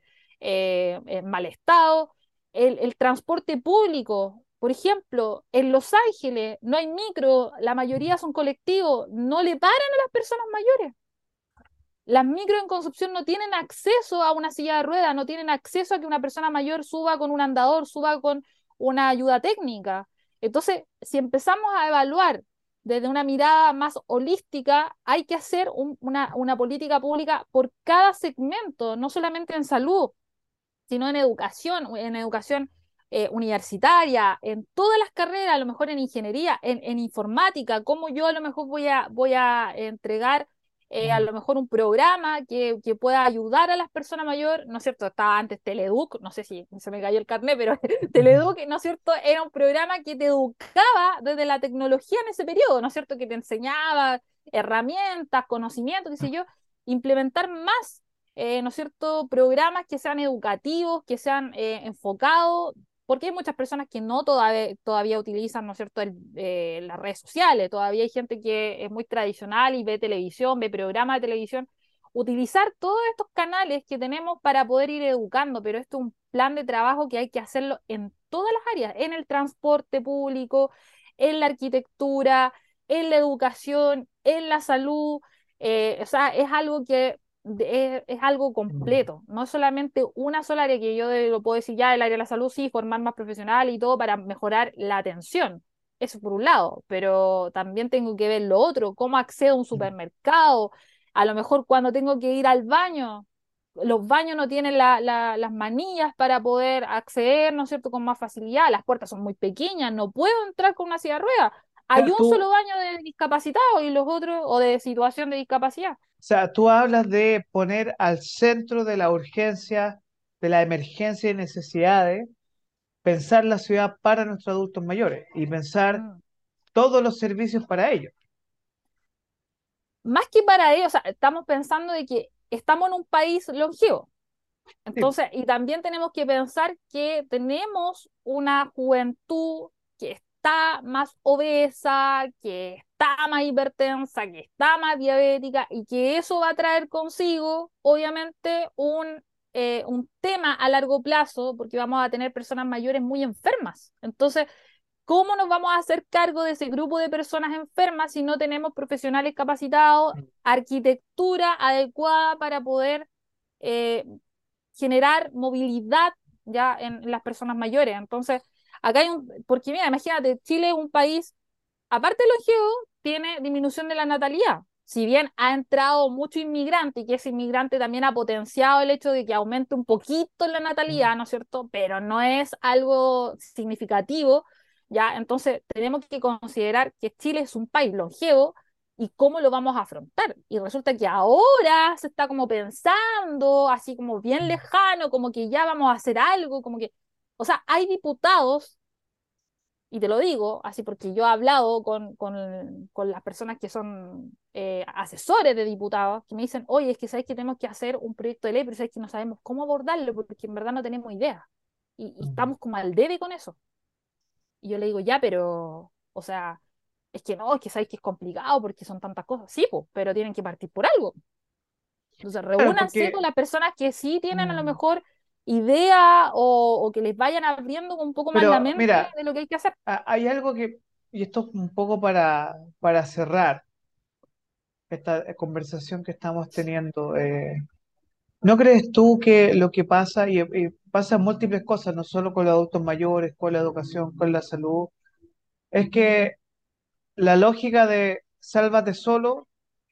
en mal estado. El transporte público, por ejemplo, en Los Ángeles no hay micro, la mayoría son colectivos, no le paran a las personas mayores. Las micro en Concepción no tienen acceso a una silla de ruedas, no tienen acceso a que una persona mayor suba con un andador, suba con una ayuda técnica. Entonces, si empezamos a evaluar desde una mirada más holística, hay que hacer una política pública por cada segmento, no solamente en salud, sino en educación universitaria, en todas las carreras, a lo mejor en ingeniería, en informática, cómo yo a lo mejor voy a entregar a Mm. lo mejor un programa que pueda ayudar a las personas mayores, ¿no es cierto? Estaba antes Teleduc, no sé si se me cayó el carnet, pero Teleduc, ¿no es cierto? Era un programa que te educaba desde la tecnología en ese periodo, ¿no es cierto? Que te enseñaba herramientas, conocimientos, qué sé yo, implementar más ¿no es cierto?, programas que sean educativos, que sean enfocados, porque hay muchas personas que no todavía utilizan, ¿no es cierto?, las redes sociales, todavía hay gente que es muy tradicional y ve televisión, ve programas de televisión, utilizar todos estos canales que tenemos para poder ir educando, pero esto es un plan de trabajo que hay que hacerlo en todas las áreas, en el transporte público, en la arquitectura, en la educación, en la salud, o sea, es algo que es algo Mm. completo, no es solamente una sola área que yo lo puedo decir ya, el área de la salud, sí, formar más profesional y todo para mejorar la atención, eso por un lado, pero también tengo que ver lo otro, cómo accedo a un supermercado, a lo mejor cuando tengo que ir al baño, los baños no tienen las manillas para poder acceder, ¿no es cierto?, con más facilidad, las puertas son muy pequeñas, no puedo entrar con una silla de ruedas. Hay Sea, un tú, solo baño de discapacitados y los otros, o de situación de discapacidad. o sea, tú hablas de poner al centro de la urgencia, de la emergencia y necesidades, pensar la ciudad para nuestros adultos mayores y pensar Mm. todos los servicios para ellos. Más que para ello, o sea, estamos pensando de que estamos en un país longevo. Sí. Entonces, y también tenemos que pensar que tenemos una juventud que está más obesa, que está más hipertensa, que está más diabética y que eso va a traer consigo, obviamente, un tema a largo plazo porque vamos a tener personas mayores muy enfermas. Entonces, ¿cómo nos vamos a hacer cargo de ese grupo de personas enfermas si no tenemos profesionales capacitados, arquitectura adecuada para poder eh, generar movilidad ya en las personas mayores? Entonces, acá hay porque mira, imagínate, Chile es un país, aparte de longevo, tiene disminución de la natalidad. Si bien ha entrado mucho inmigrante y que ese inmigrante también ha potenciado el hecho de que aumente un poquito la natalidad, ¿no es cierto? Pero no es algo significativo, ¿ya? Entonces tenemos que considerar que Chile es un país longevo y cómo lo vamos a afrontar. Y resulta que ahora se está como pensando, así como bien lejano, como que ya vamos a hacer algo, como que, o sea, hay diputados y te lo digo así porque yo he hablado con las personas que son asesores de diputados, que me dicen, oye, es que sabéis que tenemos que hacer un proyecto de ley, pero sabéis que no sabemos cómo abordarlo porque en verdad no tenemos idea. Y estamos como al debe con eso. Y yo le digo, ya, pero, o sea, es que no, es que sabéis que es complicado porque son tantas cosas. Sí, pues, pero tienen que partir por algo. Entonces, Claro, reúnanse con porque las personas que sí tienen a lo mm, mejor idea o que les vayan abriendo un poco más la pero mente mira, de lo que hay que hacer. hay algo que, y esto es un poco para cerrar esta conversación que estamos teniendo. ¿No crees tú que lo que pasa, y pasa múltiples cosas, no solo con los adultos mayores, con la educación, con la salud, es que la lógica de sálvate solo,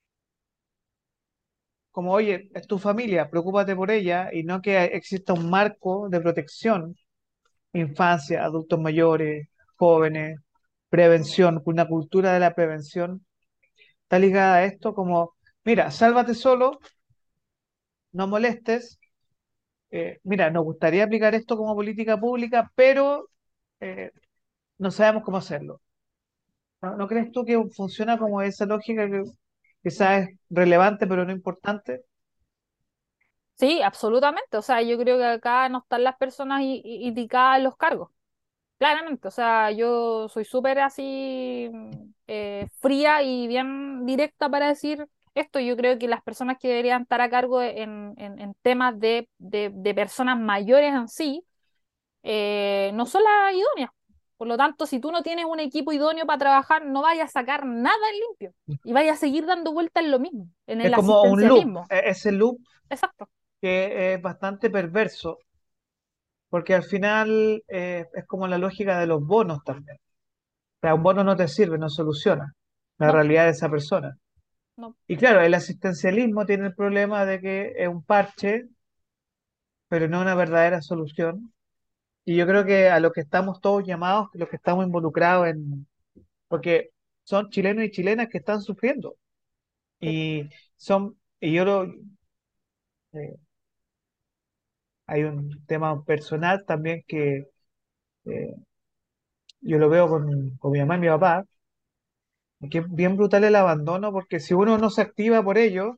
como oye, es tu familia, preocúpate por ella, y no que exista un marco de protección, infancia, adultos mayores, jóvenes, prevención, una cultura de la prevención está ligada a esto como, mira, sálvate solo, no molestes, mira, nos gustaría aplicar esto como política pública, pero eh, no sabemos cómo hacerlo. ¿No crees tú que funciona como esa lógica que quizás es relevante pero no importante? Sí, absolutamente. O sea, yo creo que acá no están las personas indicadas en los cargos. Claramente. O sea, yo soy súper así fría y bien directa para decir esto. Yo creo que las personas que deberían estar a cargo en temas de personas mayores en sí no son las idóneas. Por lo tanto, si tú no tienes un equipo idóneo para trabajar, no vayas a sacar nada en limpio y vayas a seguir dando vueltas en lo mismo, en Es el como un loop, asistencialismo. ese loop Exacto. que es bastante perverso, porque al final es como la lógica de los bonos también. O sea, un bono no te sirve, no soluciona la No, realidad de esa persona. no. Y claro, el asistencialismo tiene el problema de que es un parche, pero no una verdadera solución. Y yo creo Mm, que a lo que estamos todos llamados, los que estamos involucrados en, porque son chilenos y chilenas que están sufriendo. sí. Y son, y yo lo, eh, hay un tema personal también que eh, yo lo veo con mi mamá y mi papá, que es bien brutal el abandono, porque si uno no se activa por ello,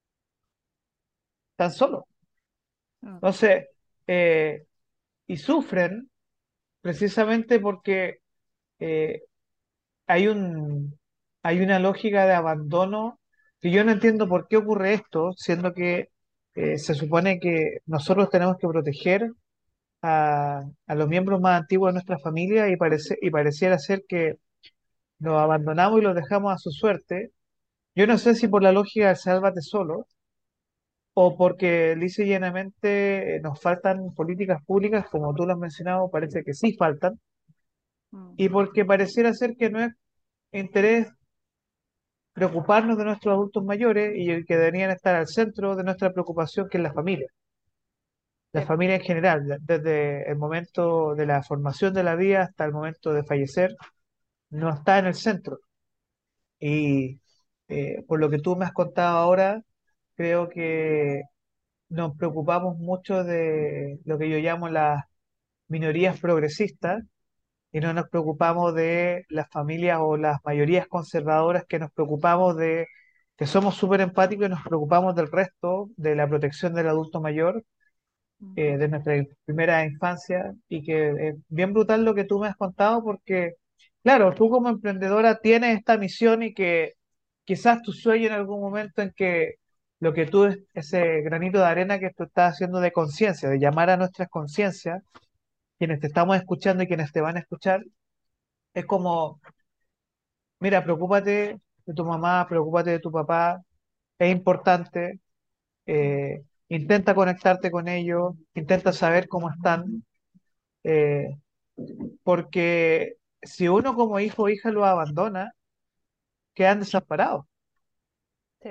están solos. Mm, Entonces, eh, y sufren precisamente porque eh, hay hay una lógica de abandono que yo no entiendo por qué ocurre esto, siendo que se supone que nosotros tenemos que proteger a los miembros más antiguos de nuestra familia y pareciera ser que los abandonamos y los dejamos a su suerte. Yo no sé si por la lógica de sálvate solo o porque lisa y llanamente nos faltan políticas públicas, como tú lo has mencionado, parece que sí faltan, mm, y porque pareciera ser que no es interés preocuparnos de nuestros adultos mayores y que deberían estar al centro de nuestra preocupación, que es la Sí. familia en general, desde el momento de la formación de la vida hasta el momento de fallecer, no está en el centro. Y por lo que tú me has contado ahora, creo que nos preocupamos mucho de lo que yo llamo las minorías progresistas y no nos preocupamos de las familias o las mayorías conservadoras, que nos preocupamos de, que somos súper empáticos y nos preocupamos del resto, de la protección del adulto mayor, Ujú. de nuestra primera infancia, y que es bien brutal lo que tú me has contado porque, claro, tú como emprendedora tienes esta misión y que quizás tu sueño en algún momento en que lo que tú, ese granito de arena que tú estás haciendo de conciencia, de llamar a nuestras conciencias, quienes te estamos escuchando y quienes te van a escuchar, es como, mira, preocúpate de tu mamá, preocúpate de tu papá, es importante, Mm. intenta conectarte con ellos, intenta saber cómo están, eh, porque si uno como hijo o hija lo abandona, quedan desamparados. Sí.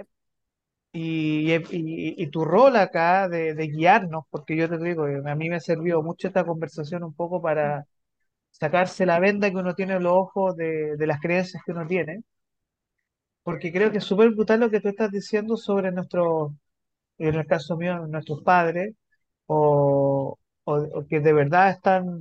Y tu rol acá de guiarnos, porque yo te digo, a mí me ha servido mucho esta conversación un poco Mm. para sacarse la venda que uno tiene en los ojos de las creencias que uno tiene, porque creo que es súper brutal lo que tú estás diciendo sobre nuestros, en el caso mío, nuestros padres, o que de verdad están,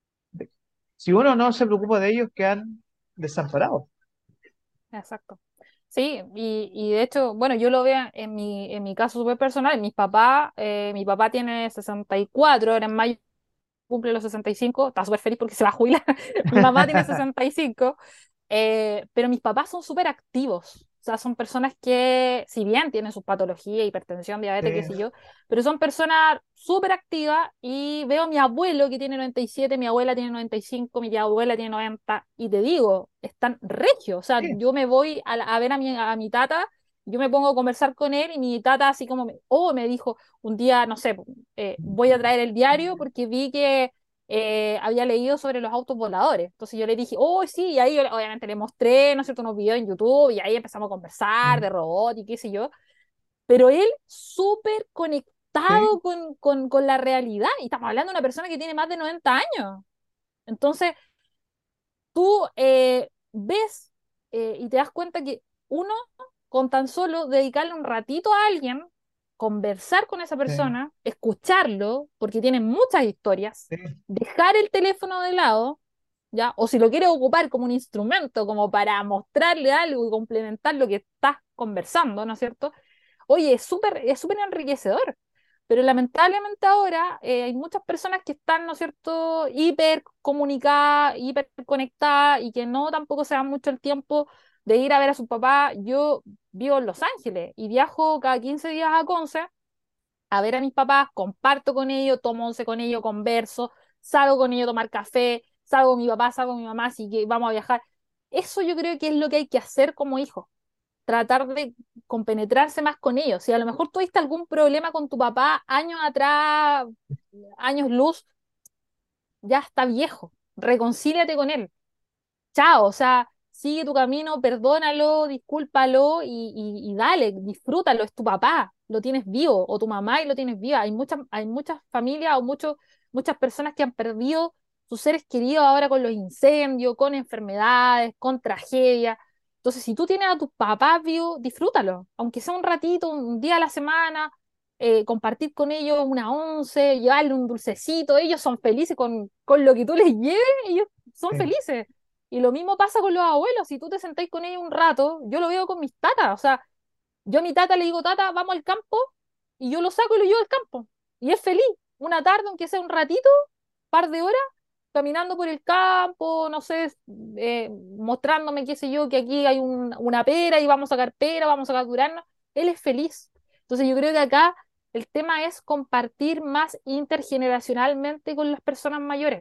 si uno no se preocupa de ellos, quedan desamparados. Exacto. Sí, y de hecho, bueno, yo lo veo en mi caso súper personal. Mi papá tiene 64, ahora en mayo cumple los 65, está súper feliz porque se va a jubilar. Mi mamá tiene 65, pero mis papás son súper activos. O sea, son personas que, si bien tienen sus patologías, hipertensión, Sí, diabetes, qué sé yo, pero son personas súper activas. Y veo a mi abuelo que tiene 97, mi abuela tiene 95, mi tía abuela tiene 90, y te digo, están regios. O sea, sí, yo me voy a ver a mi tata, yo me pongo a conversar con él y mi tata así como, me dijo un día, no sé, voy a traer el diario porque vi que había leído sobre los autos voladores. Entonces yo le dije, oh, sí, y ahí yo obviamente le mostré, ¿no es cierto?, unos videos en YouTube y ahí empezamos a conversar de robot y qué sé yo. Pero él súper sí, conectado con la realidad, y estamos hablando de una persona que tiene más de 90 años. Entonces tú ves y te das cuenta que uno, con tan solo dedicarle un ratito a alguien, conversar con esa sí, persona, escucharlo, porque tiene muchas historias, sí, dejar el teléfono de lado, ¿ya? O si lo quieres ocupar como un instrumento, como para mostrarle algo y complementar lo que estás conversando, ¿no es cierto? Oye, es súper enriquecedor. Pero lamentablemente ahora hay muchas personas que están, ¿no es cierto?, hiper comunicadas, hiper conectadas, y que no tampoco se dan mucho el tiempo de ir a ver a su papá. Yo vivo en Los Ángeles y viajo cada 15 días a Conce a ver a mis papás, comparto con ellos, tomo once con ellos, converso, salgo con ellos a tomar café, salgo con mi papá, salgo con mi mamá, así que vamos a viajar. Eso yo creo que es lo que hay que hacer como hijo, tratar de compenetrarse más con ellos. Si a lo mejor tuviste algún problema con tu papá años atrás, años luz, ya está viejo, reconcíliate con él, chao, o sea, sigue tu camino, perdónalo, discúlpalo y dale, disfrútalo, es tu papá, lo tienes vivo, o tu mamá y lo tienes viva. Hay muchas familias o muchas personas que han perdido sus seres queridos ahora con los incendios, con enfermedades, con tragedias. Entonces, si tú tienes a tus papás vivos, disfrútalo, aunque sea un ratito, un día a la semana, compartir con ellos una once, llevarle un dulcecito, ellos son felices con lo que tú les lleves, ellos son sí, felices. Y lo mismo pasa con los abuelos, si tú te sentáis con ellos un rato, yo lo veo con mis tatas, o sea, yo a mi tata le digo, tata, vamos al campo, y yo lo saco y lo llevo al campo. Y es feliz, una tarde, aunque sea un ratito, par de horas, caminando por el campo, no sé, mostrándome, qué sé yo, que aquí hay una pera y vamos a sacar pera, vamos a sacar durazno. Él es feliz. Entonces yo creo que acá el tema es compartir más intergeneracionalmente con las personas mayores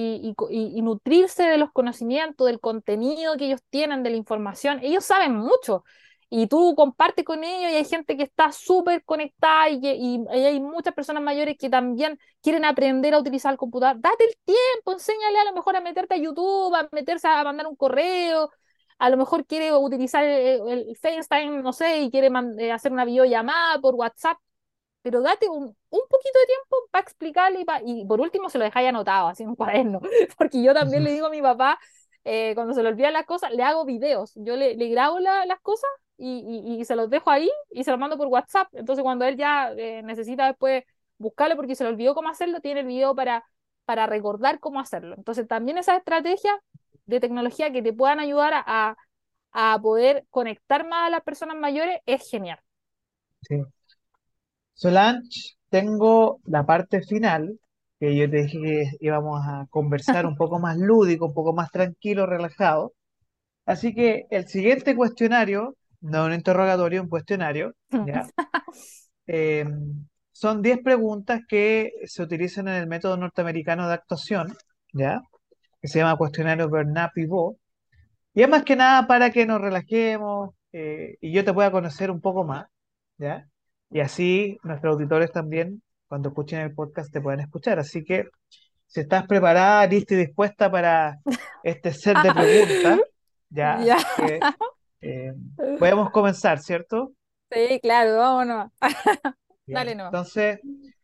y nutrirse de los conocimientos, del contenido que ellos tienen, de la información. Ellos saben mucho y tú compartes con ellos y hay gente que está súper conectada y hay muchas personas mayores que también quieren aprender a utilizar el computador. Date el tiempo, enséñale a lo mejor a meterte a YouTube, a meterse a mandar un correo, a lo mejor quiere utilizar el FaceTime, no sé, y quiere hacer una videollamada por WhatsApp, pero date un poquito de tiempo para explicarle y por último se lo dejáis anotado, así en un cuaderno, porque yo también le digo a mi papá, cuando se le olvidan las cosas, le hago videos, yo le grabo las cosas y se los dejo ahí y se los mando por WhatsApp, entonces cuando él ya necesita después buscarlo porque se le olvidó cómo hacerlo, tiene el video para recordar cómo hacerlo. Entonces también esas estrategias de tecnología que te puedan ayudar a poder conectar más a las personas mayores es genial. Sí. Solange, tengo la parte final, que yo te dije que íbamos a conversar un poco más lúdico, un poco más tranquilo, relajado. Así que el siguiente cuestionario, no un interrogatorio, un cuestionario, ¿ya? Eh, Son 10 preguntas que se utilizan en el método norteamericano de actuación, ¿ya? Que se llama cuestionario Bernard-Pivot. Y es más que nada para que nos relajemos y yo te pueda conocer un poco más, ¿ya? Y así nuestros auditores también, cuando escuchen el podcast, te puedan escuchar. Así que si estás preparada, lista y dispuesta para este set de preguntas, ¿ya? Ya. Así que eh, podemos comenzar, ¿cierto? Sí, claro, vámonos. Bien. Dale, no. Entonces,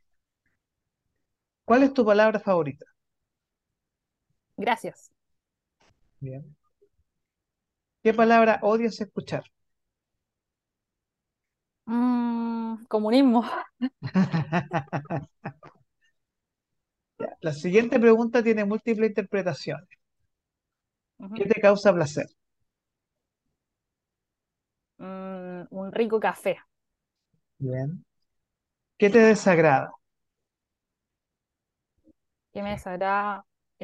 ¿cuál es tu palabra favorita? Gracias. Bien. ¿Qué palabra odias escuchar? Comunismo. Ya. La siguiente pregunta tiene múltiples interpretaciones. Ujú. ¿Qué te causa placer? Un rico café. Bien. ¿Qué te desagrada? ¿Qué me desagrada?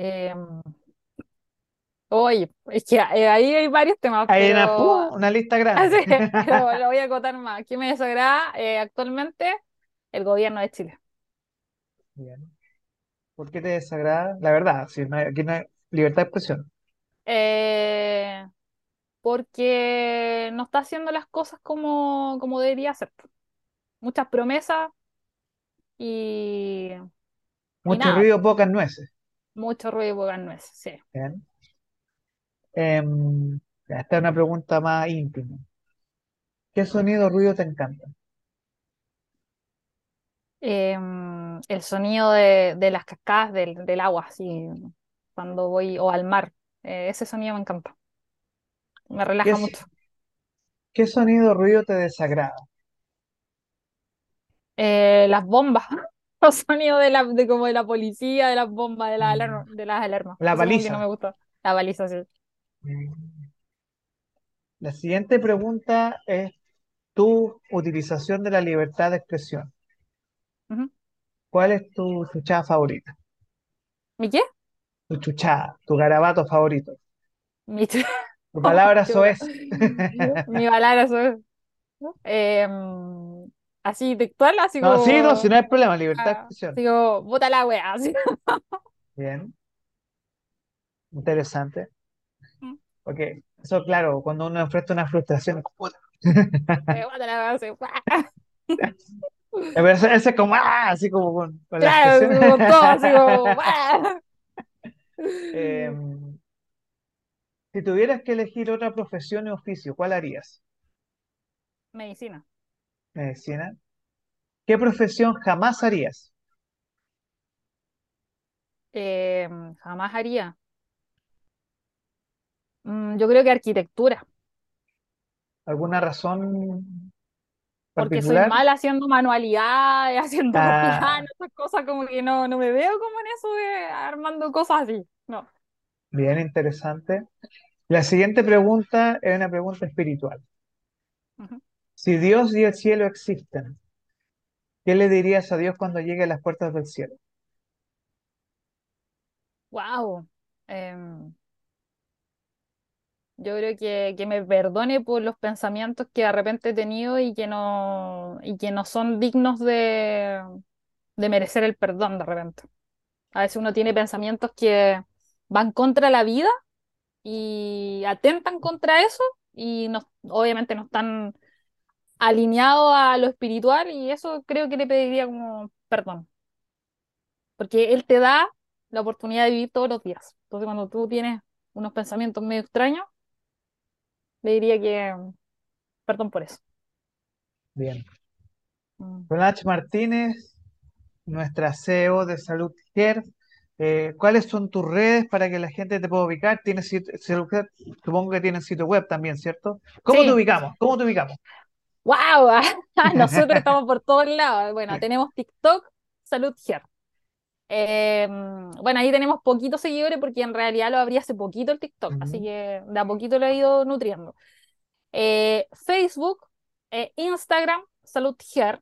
Oye, es que ahí hay varios temas, Hay pero una lista grande. así, lo voy a acotar más. ¿Qué me desagrada actualmente? El gobierno de Chile. Bien. ¿Por qué te desagrada? La verdad, si no aquí no hay libertad de expresión. Eh, Porque no está haciendo las cosas como debería hacer. Muchas promesas y, y Mucho nada, ruido, pocas nueces. mucho ruido y pocas nueces, sí. Bien. Esta es una pregunta más íntima. ¿Qué sonido o ruido te encanta? El sonido de las cascadas del agua, así, cuando voy, o al mar, ese sonido me encanta, me ¿Qué, relaja mucho. qué sonido o ruido te desagrada? Las bombas, los sonidos como de la policía, de las bombas, Mm, de las alarmas, La eso como que no me paliza. gusta. La baliza, sí. Mm. La siguiente pregunta es tu utilización de la libertad de expresión. Ujú. ¿Cuál es tu chuchada favorita? ¿Mi qué? Tu chuchada, tu garabato favorito. Mi, ch- Tu oh, palabra chuta. soez. Mi balada, eh, así textual, así No, sí, no, si como, no hay problema, libertad de expresión. así como, bota la wea, así. Bien, interesante. Porque eso, claro, cuando uno enfrenta una frustración, puta. Bota la wea, así, Pero ese es como, así como con la claro, expresión. así con todo, así como, ¡ah! Em, si tuvieras que elegir otra profesión o oficio, ¿cuál harías? Medicina. Medicina. ¿Qué profesión jamás harías? Jamás haría. Yo creo que arquitectura, ¿Alguna razón porque soy particular? mala haciendo manualidades, haciendo los Ah, planos, esas cosas como que no me veo como en eso de armando cosas así. No. bien, interesante. La siguiente pregunta es una pregunta espiritual. Si Dios y el cielo existen, ¿qué le dirías a Dios cuando llegue a las puertas del cielo? Wow. Yo creo que me perdone por los pensamientos que de repente he tenido y que no son dignos de merecer el perdón de repente. A veces uno tiene pensamientos que van contra la vida y atentan contra eso y no, obviamente no están alineados a lo espiritual y eso creo que le pediría como perdón, porque él te da la oportunidad de vivir todos los días. Entonces cuando tú tienes unos pensamientos medio extraños, le diría que, perdón por eso. Bien. Mm. Solange Martínez, nuestra CEO de Salud Health. ¿Cuáles son tus redes para que la gente te pueda ubicar? ¿Tienes supongo que tienes sitio web también, ¿cierto? ¿Cómo te Sí, ubicamos? ¿Cómo te ubicamos? wow, nosotros estamos por todos lados. Bueno, tenemos TikTok, Salud Here. Bueno, ahí tenemos poquitos seguidores porque en realidad lo abrí hace poquito el TikTok, así Ujú, que de a poquito lo he ido nutriendo. Facebook, Instagram, Salud Here.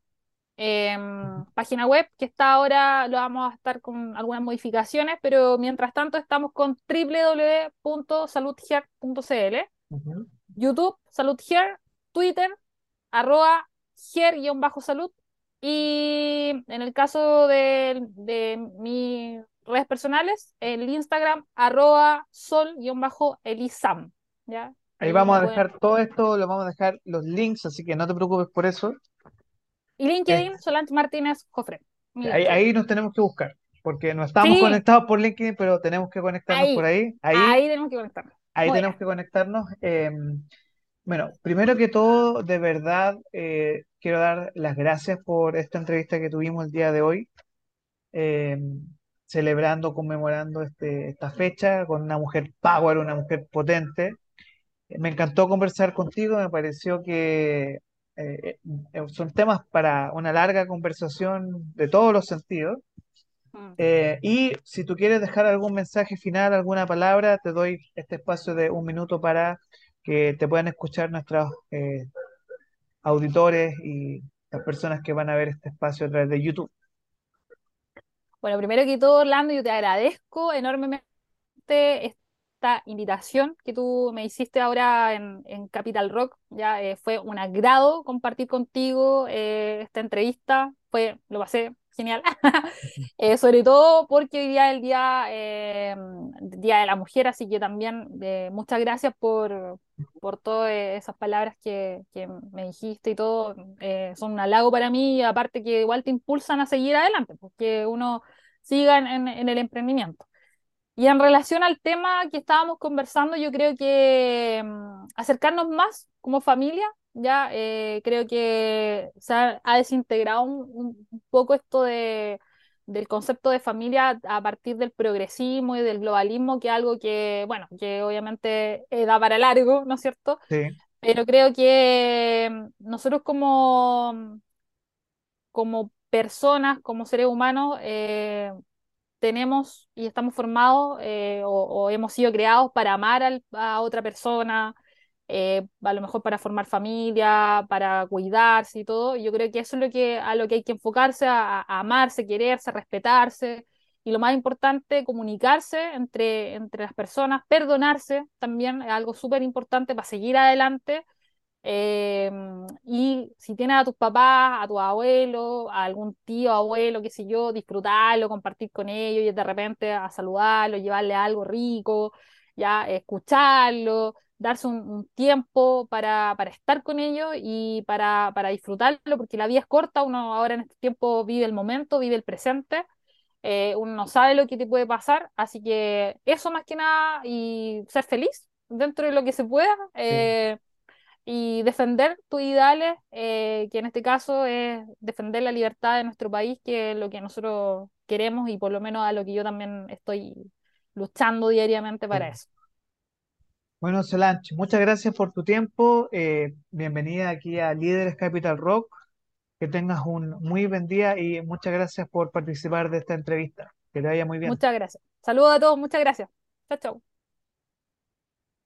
Página web que está ahora, lo vamos a estar con algunas modificaciones, pero mientras tanto estamos con www.saludhere.cl, ujú. YouTube, Salud Here, Twitter, @her_salud, y en el caso de mis redes personales, el Instagram, @sol_elisam, ¿ya? Ahí Ahí vamos me a pueden... dejar todo esto, lo vamos a dejar los links, así que no te preocupes por eso. Y LinkedIn, Es- Solange Martínez Jofre, mi LinkedIn. ahí nos tenemos que buscar, porque no estamos Sí, conectados por LinkedIn, pero tenemos que conectarnos por ahí, ahí. ahí tenemos que conectarnos. Ahí Muy bien. tenemos que conectarnos. Bueno, primero que todo, de verdad, quiero dar las gracias por esta entrevista que tuvimos el día de hoy, eh, celebrando, conmemorando esta fecha con una mujer power, una mujer potente. Me encantó conversar contigo, me pareció que son temas para una larga conversación de todos los sentidos. Mm. Y si tú quieres dejar algún mensaje final, alguna palabra, te doy este espacio de un minuto para que te puedan escuchar nuestros auditores y las personas que van a ver este espacio a través de YouTube. Bueno, primero que todo, Orlando, yo te agradezco enormemente esta invitación que tú me hiciste ahora en Capital Rock. Ya fue un agrado compartir contigo esta entrevista. Lo pasé genial. Sobre todo porque hoy día es el día de la mujer, así que también muchas gracias por todas esas palabras que me dijiste y todo. Son un halago para mí y aparte que igual te impulsan a seguir adelante, porque uno siga en el emprendimiento. Y en relación al tema que estábamos conversando, yo creo que acercarnos más como familia, ya creo que ha desintegrado un poco esto del concepto de familia a partir del progresismo y del globalismo, que es algo que, bueno, que obviamente da para largo, ¿no es cierto? Sí, Pero creo que nosotros como personas, como seres humanos, tenemos y estamos formados o hemos sido creados para amar a otra persona, a lo mejor para formar familia, para cuidarse y todo. Yo creo que eso es a lo que hay que enfocarse, a amarse, quererse, respetarse. Y lo más importante, comunicarse entre las personas, perdonarse también es algo súper importante para seguir adelante. eh, y si tienes a tus papás, a tus abuelos, a algún tío, abuelo, qué sé yo, disfrutarlo, compartir con ellos y de repente a saludarlo, llevarle algo rico, ya escucharlo, darse un tiempo para estar con ellos y para disfrutarlo, porque la vida es corta, uno ahora en este tiempo vive el momento, vive el presente. Uno no sabe lo que te puede pasar, así que eso más que nada y ser feliz dentro de lo que se pueda. sí. Y defender tus ideales, que en este caso es defender la libertad de nuestro país, que es lo que nosotros queremos y por lo menos a lo que yo también estoy luchando diariamente para Sí. eso. Bueno, Solange, muchas gracias por tu tiempo. Bienvenida aquí a Líderes Capital Rock. Que tengas un muy buen día y muchas gracias por participar de esta entrevista. Que te vaya muy bien. Muchas gracias. Saludos a todos, muchas gracias. Chao, chao.